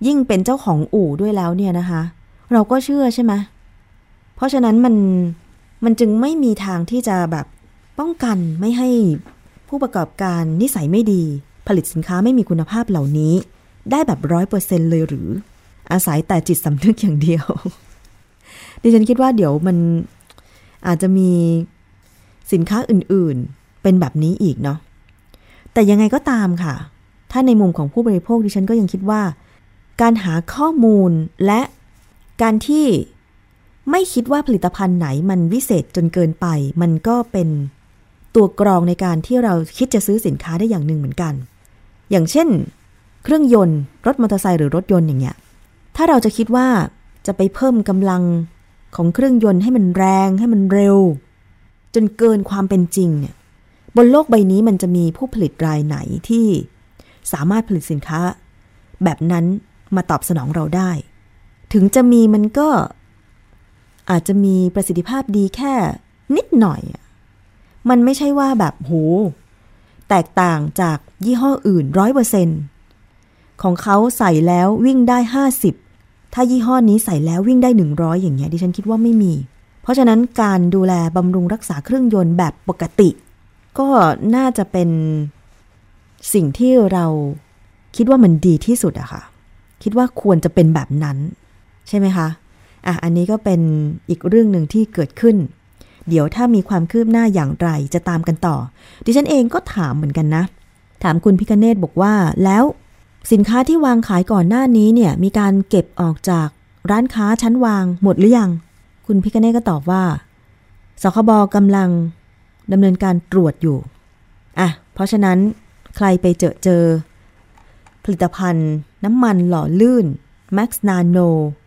ยิ่งเป็นเจ้าของอู่ด้วยแล้วเนี่ยนะคะเราก็เชื่อใช่ไหมเพราะฉะนั้นมันมันจึงไม่มีทางที่จะแบบป้องกันไม่ให้ผู้ประกอบการนิสัยไม่ดีผลิตสินค้าไม่มีคุณภาพเหล่านี้ได้แบบร้อยเปอร์เซ็นต์เลยหรืออาศัยแต่จิตสำนึกอย่างเดียวดิฉันคิดว่าเดี๋ยวมันอาจจะมีสินค้าอื่นๆเป็นแบบนี้อีกเนาะแต่ยังไงก็ตามค่ะถ้าในมุมของผู้บริโภคดิฉันก็ยังคิดว่าการหาข้อมูลและการที่ไม่คิดว่าผลิตภัณฑ์ไหนมันวิเศษจนเกินไปมันก็เป็นตัวกรองในการที่เราคิดจะซื้อสินค้าได้อย่างหนึ่งเหมือนกันอย่างเช่นเครื่องยนต์รถมอเตอร์ไซค์หรือรถยนต์อย่างเงี้ยถ้าเราจะคิดว่าจะไปเพิ่มกำลังของเครื่องยนต์ให้มันแรงให้มันเร็วจนเกินความเป็นจริงเนี่ยบนโลกใบนี้มันจะมีผู้ผลิตรายไหนที่สามารถผลิตสินค้าแบบนั้นมาตอบสนองเราได้ถึงจะมีมันก็อาจจะมีประสิทธิภาพดีแค่นิดหน่อยมันไม่ใช่ว่าแบบโหแตกต่างจากยี่ห้ออื่น ร้อยเปอร์เซ็นต์ ของเขาใส่แล้ววิ่งได้ห้าสิบถ้ายี่ห้อนี้ใส่แล้ววิ่งได้หนึ่งร้อยอย่างเงี้ยดิฉันคิดว่าไม่มีเพราะฉะนั้นการดูแลบำรุงรักษาเครื่องยนต์แบบปกติก็น่าจะเป็นสิ่งที่เราคิดว่ามันดีที่สุดอะค่ะคิดว่าควรจะเป็นแบบนั้นใช่ไหมคะอ่ะอันนี้ก็เป็นอีกเรื่องหนึ่งที่เกิดขึ้นเดี๋ยวถ้ามีความคืบหน้าอย่างไรจะตามกันต่อดิฉันเองก็ถามเหมือนกันนะถามคุณพิคเนตบอกว่าแล้วสินค้าที่วางขายก่อนหน้านี้เนี่ยมีการเก็บออกจากร้านค้าชั้นวางหมดหรือยังคุณพิคเนตก็ตอบว่าสคบกำลังดำเนินการตรวจอยู่อ่ะเพราะฉะนั้นใครไปเจอเจอผลิตภัณฑ์น้ำมันหล่อลื่น Max Nano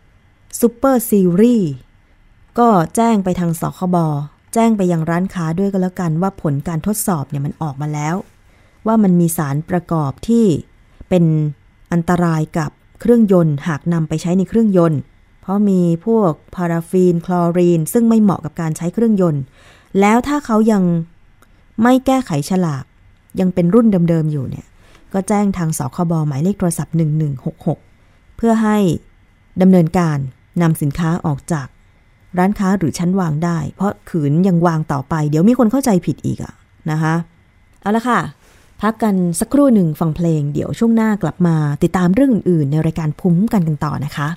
Super Series ก็แจ้งไปทางสคบแจ้งไปยังร้านค้าด้วยก็แล้วกันว่าผลการทดสอบเนี่ยมันออกมาแล้วว่ามันมีสารประกอบที่เป็นอันตรายกับเครื่องยนต์หากนำไปใช้ในเครื่องยนต์เพราะมีพวกพาราฟีนคลอรีนซึ่งไม่เหมาะกับการใช้เครื่องยนต์แล้วถ้าเขายังไม่แก้ไขฉลากยังเป็นรุ่นเดิมๆอยู่เนี่ยก็แจ้งทางสคบหมายเลขโทรศัพท์หนึ่งหนึ่งหกหกเพื่อให้ดำเนินการนำสินค้าออกจากร้านค้าหรือชั้นวางได้เพราะขืนยังวางต่อไปเดี๋ยวมีคนเข้าใจผิดอีกอะนะคะเอาละค่ะพักกันสักครู่หนึ่งฟังเพลงเดี๋ยวช่วงหน้ากลับมาติดตามเรื่องอื่นๆในรายการภูมิคุ้มกันกันต่อนะคะ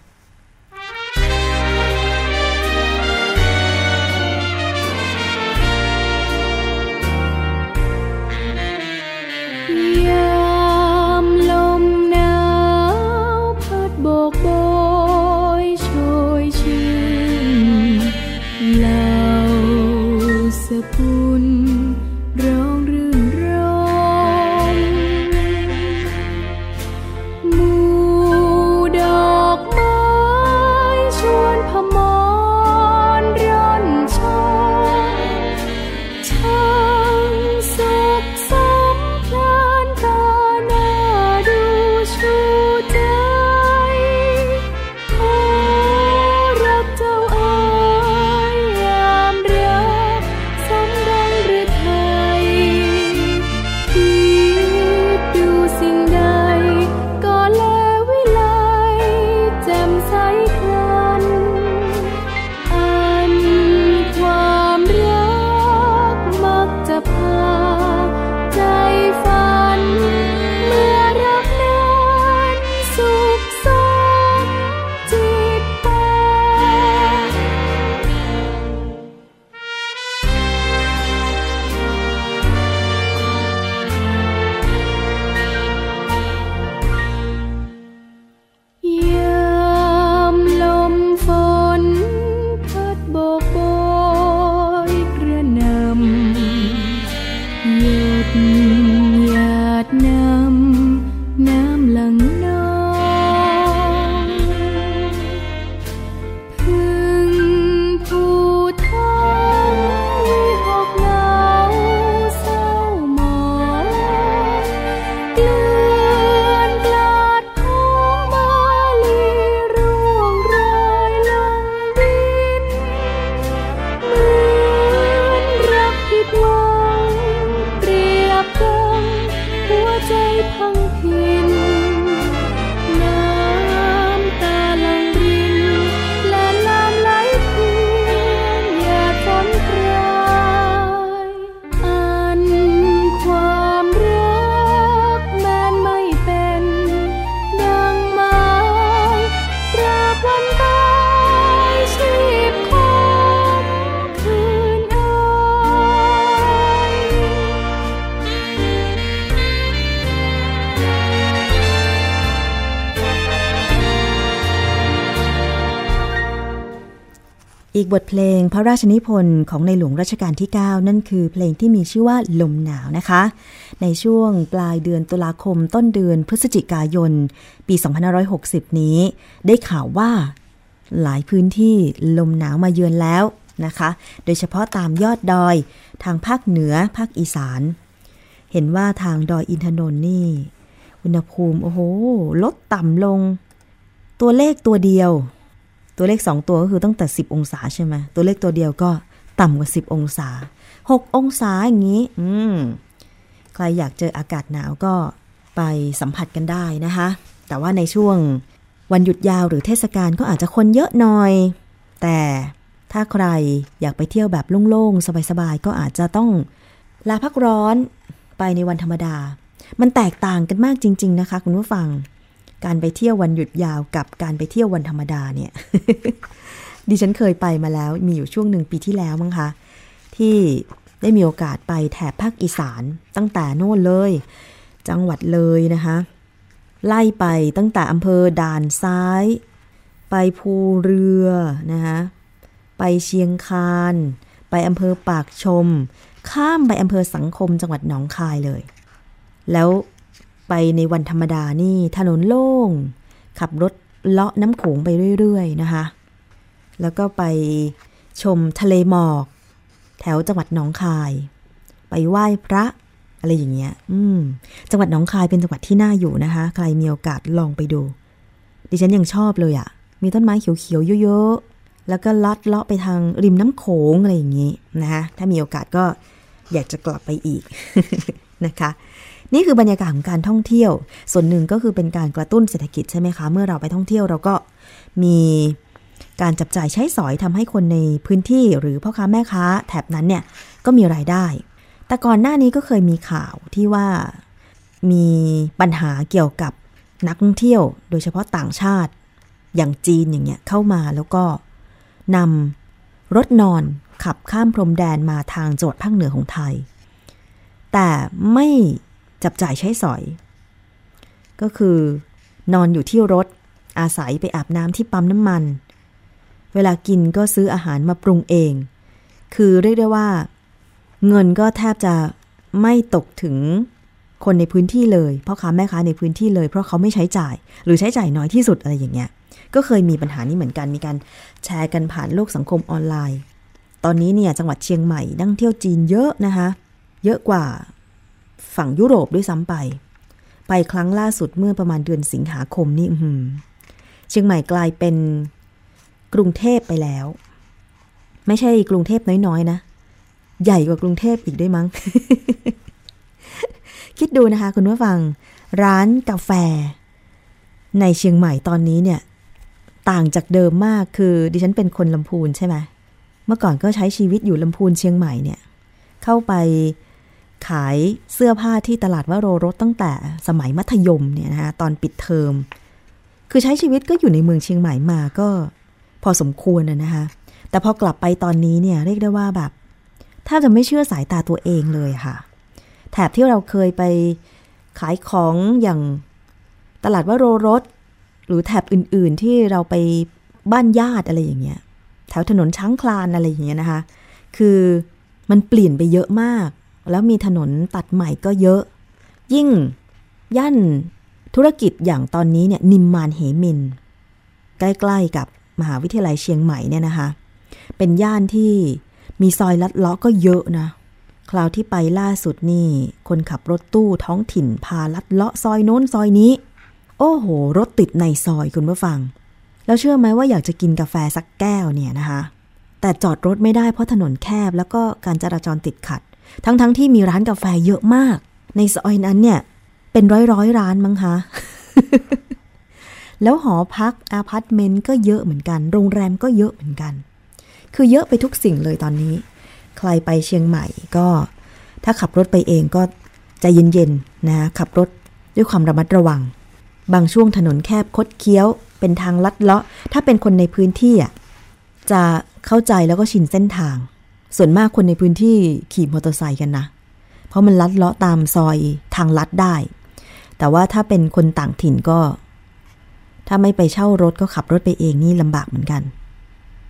ยามลมหนาวพัดโบกโบยโชยชื่นเหล่าสะพุนร้องรื่นรมหมู่ดอกไม้ชวนพมรร่อนช่องช่างสุขสำพลานตาหน้าดูชูใจขอรักเจ้าเอ๋ยยามรักสมดังฤทัยคิดดูสิ่งใดก็แลวิไลแจ่มใสพลันอันความรักมักจะพาใจฝันเมื่อรักนั้นสุขสมจิตตายามลมฝนพัดโบกโบยกระหน่ำหยดหยาดน้ำน้ำหลั่งนองพึ่งผู้ท้องวิหกเหงาเศร้าหมองเกลื่อนกลาดพ้องมาลีร่วงโรยลงดินเหมือนรักผิดหวังเปรียบดังหัวใจอีกบทเพลงพระราชนิพนธ์ของในหลวงรัชกาลที่เก้านั่นคือเพลงที่มีชื่อว่าลมหนาวนะคะในช่วงปลายเดือนตุลาคมต้นเดือนพฤศจิกายนปีสองพันห้าร้อยหกสิบนี้ได้ข่าวว่าหลายพื้นที่ลมหนาวมาเยือนแล้วนะคะโดยเฉพาะตามยอดดอยทางภาคเหนือภาคอีสานเห็นว่าทางดอยอินทนนท์นี่อุณหภูมิโอ้โหลดต่ำลงตัวเลขตัวเดียวตัวเลขสองตัวก็คือตั้งแต่สิบองศาใช่ไหมตัวเลขตัวเดียวก็ต่ำกว่าสิบองศาหกองศาอย่างนี้อืมใครอยากเจออากาศหนาวก็ไปสัมผัสกันได้นะคะแต่ว่าในช่วงวันหยุดยาวหรือเทศกาลก็อาจจะคนเยอะหน่อยแต่ถ้าใครอยากไปเที่ยวแบบโล่งๆสบายๆก็อาจจะต้องลาพักร้อนไปในวันธรรมดามันแตกต่างกันมากจริงๆนะคะคุณผู้ฟังการไปเที่ยววันหยุดยาวกับการไปเที่ยววันธรรมดาเนี่ย ดิฉันเคยไปมาแล้วมีอยู่ช่วงหนึ่งปีที่แล้วมั้งคะที่ได้มีโอกาสไปแถบภาคอีสานตั้งแต่โน่นเลยจังหวัดเลยนะคะไล่ไปตั้งแต่อำเภอด่านซ้ายไปภูเรือนะคะไปเชียงคานไปอำเภอปากชมข้ามไปอำเภอสังคมจังหวัดหนองคายเลยแล้วไปในวันธรรมดานี่ถนนโล่งขับรถเลาะน้ำโขงไปเรื่อยๆนะคะแล้วก็ไปชมทะเลหมอกแถวจังหวัดหนองคายไปไหว้พระอะไรอย่างเงี้ยอืมจังหวัดหนองคายเป็นจังหวัดที่น่าอยู่นะคะใครมีโอกาสลองไปดูดิฉันยังชอบเลยอ่ะมีต้นไม้เขียวๆเยอะๆแล้วก็ลัดเลาะไปทางริมน้ำโขงอะไรอย่างงี้นะคะถ้ามีโอกาสก็อยากจะกลับไปอีก นะคะนี่คือบรรยากาศของการท่องเที่ยวส่วนหนึ่งก็คือเป็นการกระตุ้นเศรษฐกิจใช่ไหมคะเมื่อเราไปท่องเที่ยวเราก็มีการจับจ่ายใช้สอยทำให้คนในพื้นที่หรือพ่อค้าแม่ค้าแถบนั้นเนี่ยก็มีรายได้แต่ก่อนหน้านี้ก็เคยมีข่าวที่ว่ามีปัญหาเกี่ยวกับนักท่องเที่ยวโดยเฉพาะต่างชาติอย่างจีนอย่างเงี้ยเข้ามาแล้วก็นำรถนอนขับข้ามพรมแดนมาทางจังหวัดภาคเหนือของไทยแต่ไม่จับจ่ายใช้สอยก็คือนอนอยู่ที่รถอาศัยไปอาบน้ำที่ปั๊มน้ำมันเวลากินก็ซื้ออาหารมาปรุงเองคือเรียกได้ว่าเงินก็แทบจะไม่ตกถึงคนในพื้นที่เลยพ่อค้าแม่ค้าในพื้นที่เลยเพราะเขาไม่ใช้จ่ายหรือใช้จ่ายน้อยที่สุดอะไรอย่างเงี้ยก็เคยมีปัญหานี้เหมือนกันมีการแชร์กันผ่านโลกสังคมออนไลน์ตอนนี้เนี่ยจังหวัดเชียงใหม่นักท่องเที่ยวจีนเยอะนะคะเยอะกว่าฝั่งยุโรปด้วยซ้ำไปไปครั้งล่าสุดเมื่อประมาณเดือนสิงหาคมนี่เชียงใหม่กลายเป็นกรุงเทพไปแล้วไม่ใช่กรุงเทพน้อยๆนะใหญ่กว่ากรุงเทพอีกด้วยมั้ง คิดดูนะคะคุณผู้ฟังร้านกาแฟในเชียงใหม่ตอนนี้เนี่ยต่างจากเดิมมากคือดิฉันเป็นคนลำพูนใช่ไหมเมื่อก่อนก็ใช้ชีวิตอยู่ลำพูนเชียงใหม่เนี่ยเข้าไปขายเสื้อผ้าที่ตลาดวโรรสตั้งแต่สมัยมัธยมเนี่ยนะคะตอนปิดเทอมคือใช้ชีวิตก็อยู่ในเมืองเชียงใหม่มาก็พอสมควรนะนะคะแต่พอกลับไปตอนนี้เนี่ยเรียกได้ว่าแบบถ้าจะไม่เชื่อสายตาตัวเองเลยค่ะแถบที่เราเคยไปขายของอย่างตลาดวโรรสหรือแถบอื่นๆที่เราไปบ้านญาติอะไรอย่างเงี้ยแถวถนนช้างคลานอะไรอย่างเงี้ยนะคะคือมันเปลี่ยนไปเยอะมากแล้วมีถนนตัดใหม่ก็เยอะยิ่งย่านธุรกิจอย่างตอนนี้เนี่ยนิมมานเหมินใกล้ๆกับมหาวิทยาลัยเชียงใหม่เนี่ยนะคะเป็นย่านที่มีซอยลัดเลาะก็เยอะนะคราวที่ไปล่าสุดนี่คนขับรถตู้ท้องถิ่นพาลัดเลาะซอยโน้นซอยนี้โอ้โหรถติดในซอยคุณผู้ฟังแล้วเชื่อไหมว่าอยากจะกินกาแฟสักแก้วเนี่ยนะคะแต่จอดรถไม่ได้เพราะถนนแคบแล้วก็การจราจรติดขัดทั้งๆ ท, ที่มีร้านกาแฟเยอะมากในซอยนั้นเนี่ยเป็นร้อยๆร้านมั้งคะ แล้วหอพักอาพาร์ตเมนต์ก็เยอะเหมือนกันโรงแรมก็เยอะเหมือนกันคือเยอะไปทุกสิ่งเลยตอนนี้ใครไปเชียงใหม่ก็ถ้าขับรถไปเองก็ใจเย็นๆนะขับรถด้วยความระมัดระวังบางช่วงถนนแคบคดเคี้ยวเป็นทางลัดเลาะถ้าเป็นคนในพื้นที่อ่ะจะเข้าใจแล้วก็ชินเส้นทางส่วนมากคนในพื้นที่ขี่มอเตอร์ไซค์กันนะเพราะมันลัดเลาะตามซอยทางลัดได้แต่ว่าถ้าเป็นคนต่างถิ่นก็ถ้าไม่ไปเช่ารถก็ขับรถไปเองนี่ลำบากเหมือนกัน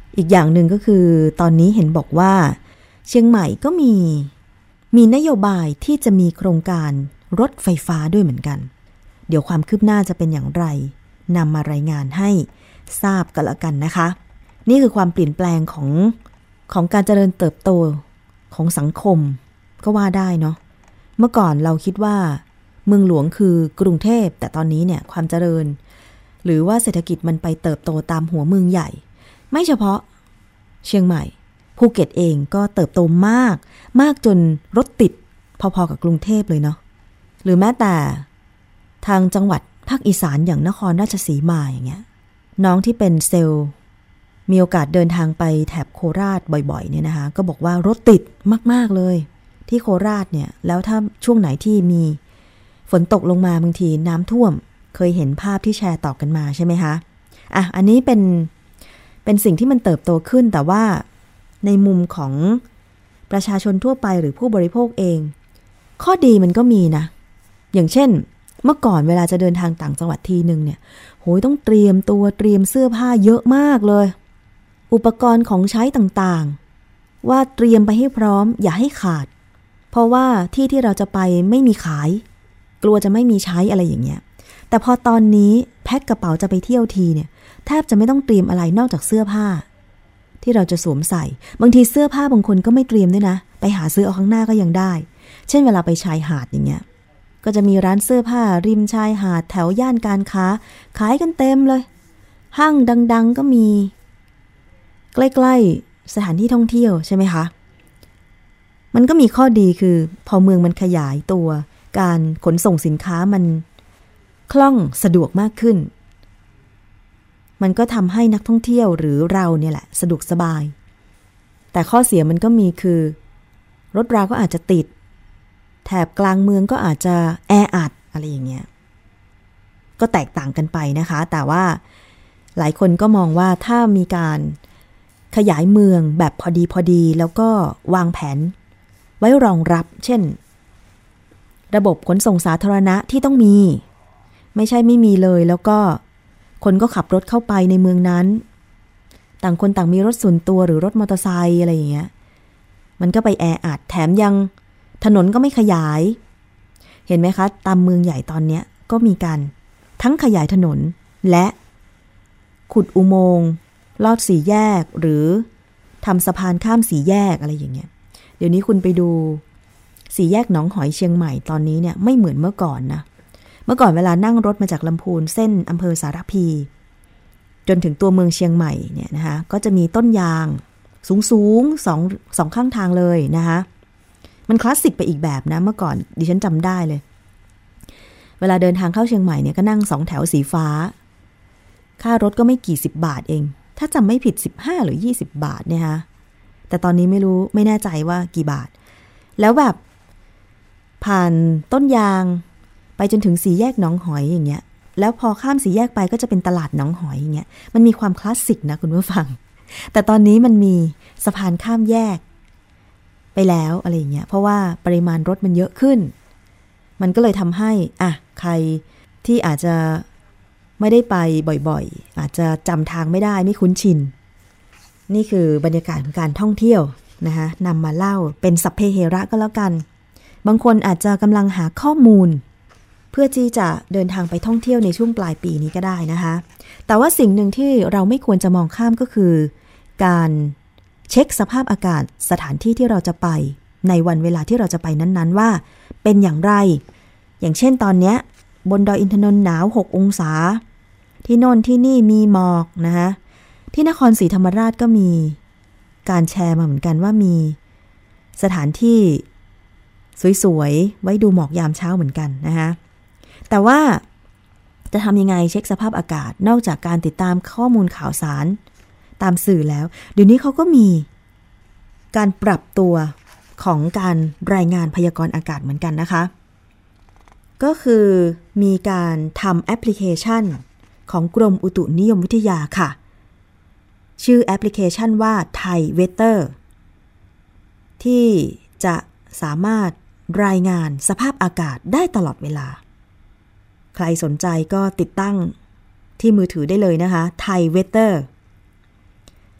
อีกอย่างหนึ่งก็คือตอนนี้เห็นบอกว่าเชียงใหม่ก็มีมีนโยบายที่จะมีโครงการรถไฟฟ้าด้วยเหมือนกันเดี๋ยวความคืบหน้าจะเป็นอย่างไรนำมารายงานให้ทราบกันละกันนะคะนี่คือความเปลี่ยนแปลงของของการเจริญเติบโตของสังคมก็ว่าได้เนาะเมื่อก่อนเราคิดว่าเมืองหลวงคือกรุงเทพแต่ตอนนี้เนี่ยความเจริญหรือว่าเศรษฐกิจมันไปเติบโตตามหัวเมืองใหญ่ไม่เฉพาะเชียงใหม่ภูเก็ตเองก็เติบโตมากมากจนรถติดพอๆกับกรุงเทพเลยเนาะหรือแม้แต่ทางจังหวัดภาคอีสานอย่างนครราชสีมาอย่างเงี้ยน้องที่เป็นเซลล์มีโอกาสเดินทางไปแถบโคราชบ่อยๆเนี่ยนะคะก็บอกว่ารถติดมากๆเลยที่โคราชเนี่ยแล้วถ้าช่วงไหนที่มีฝนตกลงมาบางทีน้ำท่วมเคยเห็นภาพที่แชร์ต่อกันมาใช่ไหมคะอ่ะอันนี้เป็นเป็นสิ่งที่มันเติบโตขึ้นแต่ว่าในมุมของประชาชนทั่วไปหรือผู้บริโภคเองข้อดีมันก็มีนะอย่างเช่นเมื่อก่อนเวลาจะเดินทางต่างจังหวัดทีนึงเนี่ยโหยต้องเตรียมตัวเตรียมเสื้อผ้าเยอะมากเลยอุปกรณ์ของใช้ต่างๆว่าเตรียมไปให้พร้อมอย่าให้ขาดเพราะว่าที่ที่เราจะไปไม่มีขายกลัวจะไม่มีใช้อะไรอย่างเงี้ยแต่พอตอนนี้แพ็คกระเป๋าจะไปเที่ยวทีเนี่ยแทบจะไม่ต้องเตรียมอะไรนอกจากเสื้อผ้าที่เราจะสวมใส่บางทีเสื้อผ้าบางคนก็ไม่เตรียมด้วยนะไปหาซื้อเอาข้างหน้าก็ยังได้เช่นเวลาไปชายหาดอย่างเงี้ยก็จะมีร้านเสื้อผ้าริมชายหาดแถวย่านการค้าขายกันเต็มเลยห้างดังๆก็มีใกล้ๆสถานที่ท่องเที่ยวใช่ไหมคะมันก็มีข้อดีคือพอเมืองมันขยายตัวการขนส่งสินค้ามันคล่องสะดวกมากขึ้นมันก็ทำให้นักท่องเที่ยวหรือเราเนี่ยแหละสะดวกสบายแต่ข้อเสียมันก็มีคือรถราก็อาจจะติดแถบกลางเมืองก็อาจจะแออัดอะไรอย่างเงี้ยก็แตกต่างกันไปนะคะแต่ว่าหลายคนก็มองว่าถ้ามีการขยายเมืองแบบพอดีพอดีแล้วก็วางแผนไว้รองรับเช่นระบบขนส่งสาธารณะที่ต้องมีไม่ใช่ไม่มีเลยแล้วก็คนก็ขับรถเข้าไปในเมืองนั้นต่างคนต่างมีรถส่วนตัวหรือรถมอเตอร์ไซค์อะไรอย่างเงี้ยมันก็ไปแออัดแถมยังถนนก็ไม่ขยายเห็นไหมคะตามเมืองใหญ่ตอนนี้ก็มีการทั้งขยายถนนและขุดอุโมงค์ลอดสี่แยกหรือทำสะพานข้ามสี่แยกอะไรอย่างเงี้ยเดี๋ยวนี้คุณไปดูสี่แยกหนองหอยเชียงใหม่ตอนนี้เนี่ยไม่เหมือนเมื่อก่อนนะเมื่อก่อนเวลานั่งรถมาจากลำพูนเส้นอำเภอสารพีจนถึงตัวเมืองเชียงใหม่เนี่ยนะคะก็จะมีต้นยางสูงๆสองสองข้างทางเลยนะคะมันคลาสสิกไปอีกแบบนะเมื่อก่อนดิฉันจำได้เลยเวลาเดินทางเข้าเชียงใหม่เนี่ยก็นั่งสองแถวสีฟ้าค่ารถก็ไม่กี่สิบบาทเองถ้าจำไม่ผิดสิบห้าหรือยี่สิบบาทเนี่ยฮะแต่ตอนนี้ไม่รู้ไม่แน่ใจว่ากี่บาทแล้วแบบผ่านต้นยางไปจนถึงสี่แยกหนองหอยอย่างเงี้ยแล้วพอข้ามสี่แยกไปก็จะเป็นตลาดหนองหอยอย่างเงี้ยมันมีความคลาสสิกนะคุณผู้ฟังแต่ตอนนี้มันมีสะพานข้ามแยกไปแล้วอะไรอย่างเงี้ยเพราะว่าปริมาณรถมันเยอะขึ้นมันก็เลยทำให้อ่ะใครที่อาจจะไม่ได้ไปบ่อยๆอาจจะจำทางไม่ได้ไม่คุ้นชินนี่คือบรรยากาศของการท่องเที่ยวนะคะนำมาเล่าเป็นสัพเพเหระก็แล้วกันบางคนอาจจะกำลังหาข้อมูลเพื่อที่จะเดินทางไปท่องเที่ยวในช่วงปลายปีนี้ก็ได้นะคะแต่ว่าสิ่งหนึ่งที่เราไม่ควรจะมองข้ามก็คือการเช็คสภาพอากาศสถานที่ที่เราจะไปในวันเวลาที่เราจะไปนั้นๆว่าเป็นอย่างไรอย่างเช่นตอนนี้บนดอยอินทนนท์หนาวหกองศาที่โน่นที่นี่มีหมอกนะคะที่นครศรีธรรมราชก็มีการแชร์มาเหมือนกันว่ามีสถานที่สวยๆไว้ดูหมอกยามเช้าเหมือนกันนะคะแต่ว่าจะทำยังไงเช็คสภาพอากาศนอกจากการติดตามข้อมูลข่าวสารตามสื่อแล้วเดี๋ยวนี้เขาก็มีการปรับตัวของการรายงานพยากรณ์อากาศเหมือนกันนะคะก็คือมีการทำแอปพลิเคชันของกรมอุตุนิยมวิทยาค่ะชื่อแอปพลิเคชันว่า Thai Weather ที่จะสามารถรายงานสภาพอากาศได้ตลอดเวลาใครสนใจก็ติดตั้งที่มือถือได้เลยนะคะ Thai Weather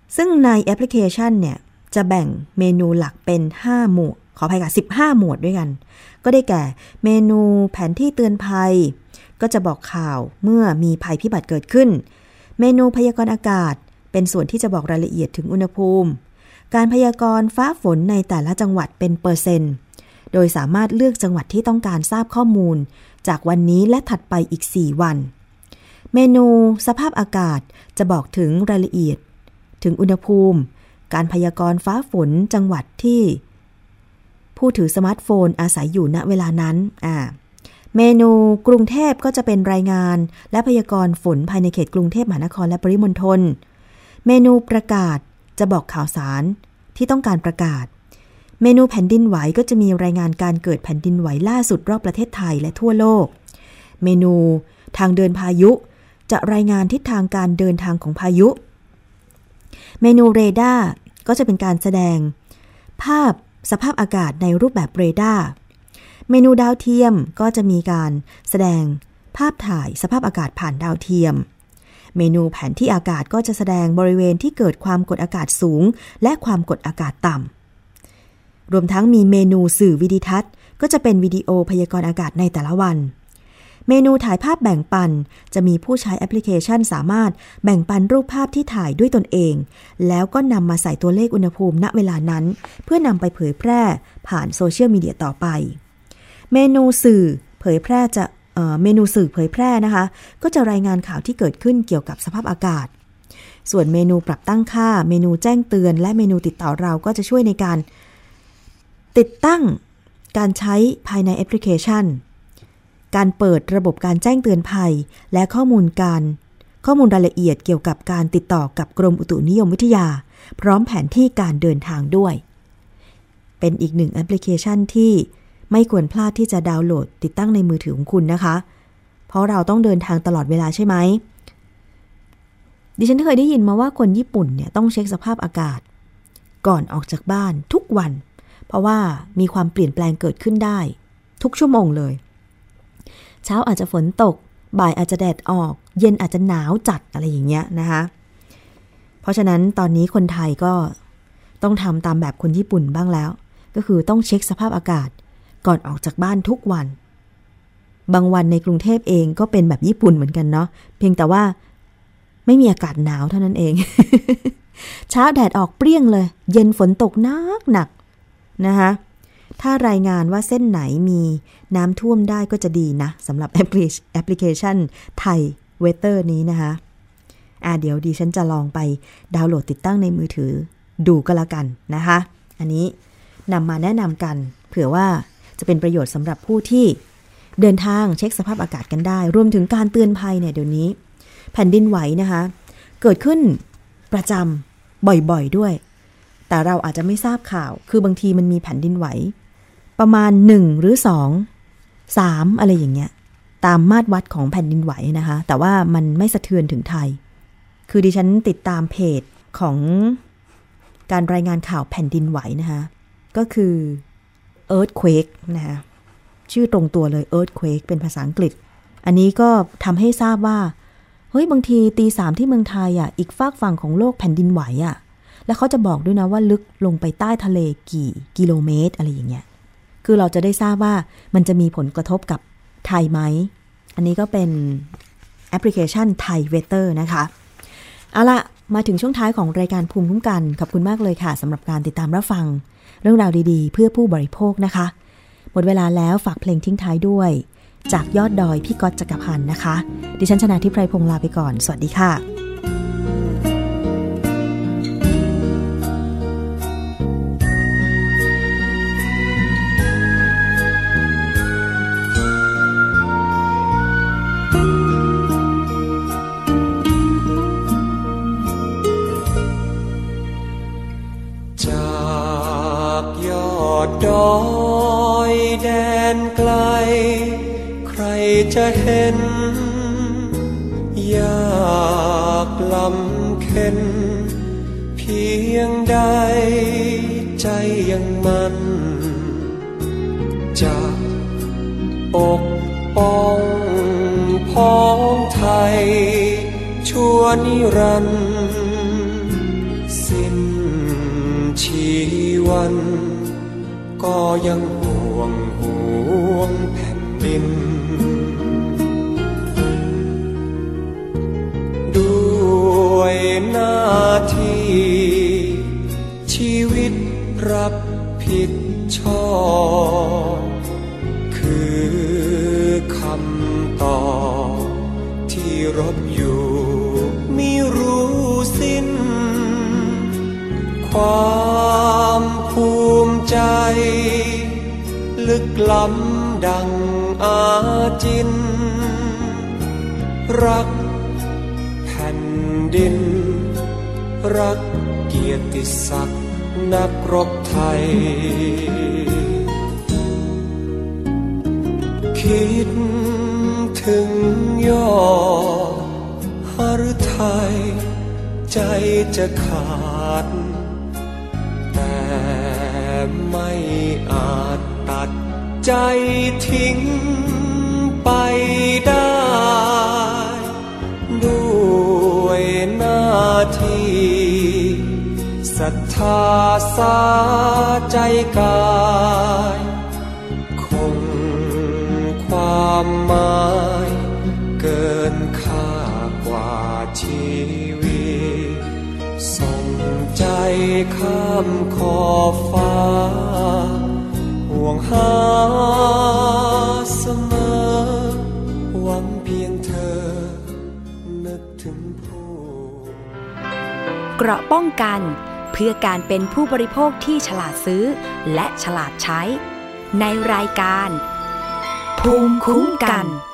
ซึ่งในแอปพลิเคชันเนี่ยจะแบ่งเมนูหลักเป็นห้าหมวดขออภัยค่ะสิบห้าหมวดด้วยกันก็ได้แก่เมนูแผนที่เตือนภัยก็จะบอกข่าวเมื่อมีภัยพิบัติเกิดขึ้นเมนูพยากรณ์อากาศเป็นส่วนที่จะบอกรายละเอียดถึงอุณหภูมิการพยากรณ์ฟ้าฝนในแต่ละจังหวัดเป็นเปอร์เซ็นต์โดยสามารถเลือกจังหวัดที่ต้องการทราบข้อมูลจากวันนี้และถัดไปอีกสี่วันเมนูสภาพอากาศจะบอกถึงรายละเอียดถึงอุณหภูมิการพยากรณ์ฟ้าฝนจังหวัดที่ผู้ถือสมาร์ทโฟนอาศัยอยู่ณเวลานั้นอ่าเมนูกรุงเทพก็จะเป็นรายงานและพยากรณ์ฝนภายในเขตกรุงเทพมหานครและปริมณฑลเมนูประกาศจะบอกข่าวสารที่ต้องการประกาศเมนูแผ่นดินไหวก็จะมีรายงานการเกิดแผ่นดินไหวล่าสุดรอบประเทศไทยและทั่วโลกเมนูทางเดินพายุจะรายงานทิศทางการเดินทางของพายุเมนูเรดาร์ก็จะเป็นการแสดงภาพสภาพอากาศในรูปแบบเรดาร์เมนูดาวเทียมก็จะมีการแสดงภาพถ่ายสภาพอากาศผ่านดาวเทียมเมนูแผนที่อากาศก็จะแสดงบริเวณที่เกิดความกดอากาศสูงและความกดอากาศต่ำรวมทั้งมีเมนูสื่อวิดิทัศน์ก็จะเป็นวิดีโอพยากรณ์อากาศในแต่ละวันเมนูถ่ายภาพแบ่งปันจะมีผู้ใช้แอปพลิเคชันสามารถแบ่งปันรูปภาพที่ถ่ายด้วยตนเองแล้วก็นำมาใส่ตัวเลขอุณหภูมิณเวลานั้นเพื่อนำไปเผยแพร่ผ่านโซเชียลมีเดียต่อไปเมนูสื่อเผยแพร่จะเอ่อเมนูสื่อเผยแพร่นะคะก็จะรายงานข่าวที่เกิดขึ้นเกี่ยวกับสภาพอากาศส่วนเมนูปรับตั้งค่าเมนูแจ้งเตือนและเมนูติดต่อเราก็จะช่วยในการติดตั้งการใช้ภายในแอปพลิเคชันการเปิดระบบการแจ้งเตือนภัยและข้อมูลการข้อมูลรายละเอียดเกี่ยวกับการติดต่อกับกรมอุตุนิยมวิทยาพร้อมแผนที่การเดินทางด้วยเป็นอีกหนึ่งแอปพลิเคชันที่ไม่ควรพลาดที่จะดาวน์โหลดติดตั้งในมือถือของคุณนะคะเพราะเราต้องเดินทางตลอดเวลาใช่ไหมดิฉันเคยได้ยินมาว่าคนญี่ปุ่นเนี่ยต้องเช็คสภาพอากาศก่อนออกจากบ้านทุกวันเพราะว่ามีความเปลี่ยนแปลงเกิดขึ้นได้ทุกชั่วโมงเลยเช้าอาจจะฝนตกบ่ายอาจจะแดดออกเย็นอาจจะหนาวจัดอะไรอย่างเงี้ยนะคะเพราะฉะนั้นตอนนี้คนไทยก็ต้องทำตามแบบคนญี่ปุ่นบ้างแล้วก็คือต้องเช็คสภาพอากาศก่อนออกจากบ้านทุกวันบางวันในกรุงเทพเองก็เป็นแบบญี่ปุ่นเหมือนกันเนาะเพียงแต่ว่าไม่มีอากาศหนาวเท่านั้นเอง เช้าแดดออกเปรี้ยงเลยเย็นฝนตกหนักหนักนะคะถ้ารายงานว่าเส้นไหนมีน้ำท่วมได้ก็จะดีนะสำหรับแอปพลิเคชันไทยเวเตอร์นี้นะคะอ่ะเดี๋ยวดิฉันจะลองไปดาวน์โหลดติดตั้งในมือถือดูก็แล้วกันนะคะอันนี้นำมาแนะนำกันเผื่อว่าจะเป็นประโยชน์สำหรับผู้ที่เดินทางเช็คสภาพอากาศกันได้รวมถึงการเตือนภัยเนี่ยเดี๋ยวนี้แผ่นดินไหวนะคะเกิดขึ้นประจำบ่อยๆด้วยแต่เราอาจจะไม่ทราบข่าวคือบางทีมันมีแผ่นดินไหวประมาณหนึ่งหรือสอง สามอะไรอย่างเงี้ยตามมาตรวัดของแผ่นดินไหวนะคะแต่ว่ามันไม่สะเทือนถึงไทยคือดิฉันติดตามเพจของการรายงานข่าวแผ่นดินไหวนะคะก็คือ Earthquake นะคะชื่อตรงตัวเลย Earthquake เป็นภาษาอังกฤษอันนี้ก็ทำให้ทราบว่าเฮ้ยบางทีตีสามที่เมืองไทยอ่ะอีกฝากฝั่งของโลกแผ่นดินไหวอ่ะแล้วเขาจะบอกด้วยนะว่าลึกลงไปใต้ทะเลกี่กิโลเมตรอะไรอย่างเงี้ยคือเราจะได้ทราบว่ามันจะมีผลกระทบกับไทยไหมอันนี้ก็เป็นแอปพลิเคชันไทยเวเตอร์นะคะเอาละมาถึงช่วงท้ายของรายการภูมิคุ้มกันขอบคุณมากเลยค่ะสำหรับการติดตามรับฟังเรื่องราวดีๆเพื่อผู้บริโภคนะคะหมดเวลาแล้วฝากเพลงทิ้งท้ายด้วยจากยอดดอยพี่ก๊อตจักรพันธ์นะคะดิฉันชนาธิปไพรพงษ์ลาไปก่อนสวัสดีค่ะดอยแดนไกลใครจะเห็นอยากลำเค็นเพียงใดใจยังมันจะปกป้องพ้องไทยชั่วนิรันดร์วันก็ยังห่วงห่วงแผ่นดินด้วยหน้าที่ชีวิตรับผิดชอบคือคำตอบที่รบอยู่ไม่รู้สิ้นความภูมิใจลึกล้ำดังอาจินรักแผ่นดินรักเกียรติศักดิ์นักรบไทยคิดถึงยอดหฤทัยใจจะขาดแต่ไม่อาจตัดใจทิ้งไปได้ด้วยหน้าที่ศรัทธาสาใจกายคงความหมายเกินค่ากว่าชีวิตส่งใจข้ามขอบฟ้าห่วงหาเสมอหวังเพียงเธอนึกถึงผู้เกราะป้องกันเพื่อการเป็นผู้บริโภคที่ฉลาดซื้อและฉลาดใช้ในรายการภูมิคุ้มกัน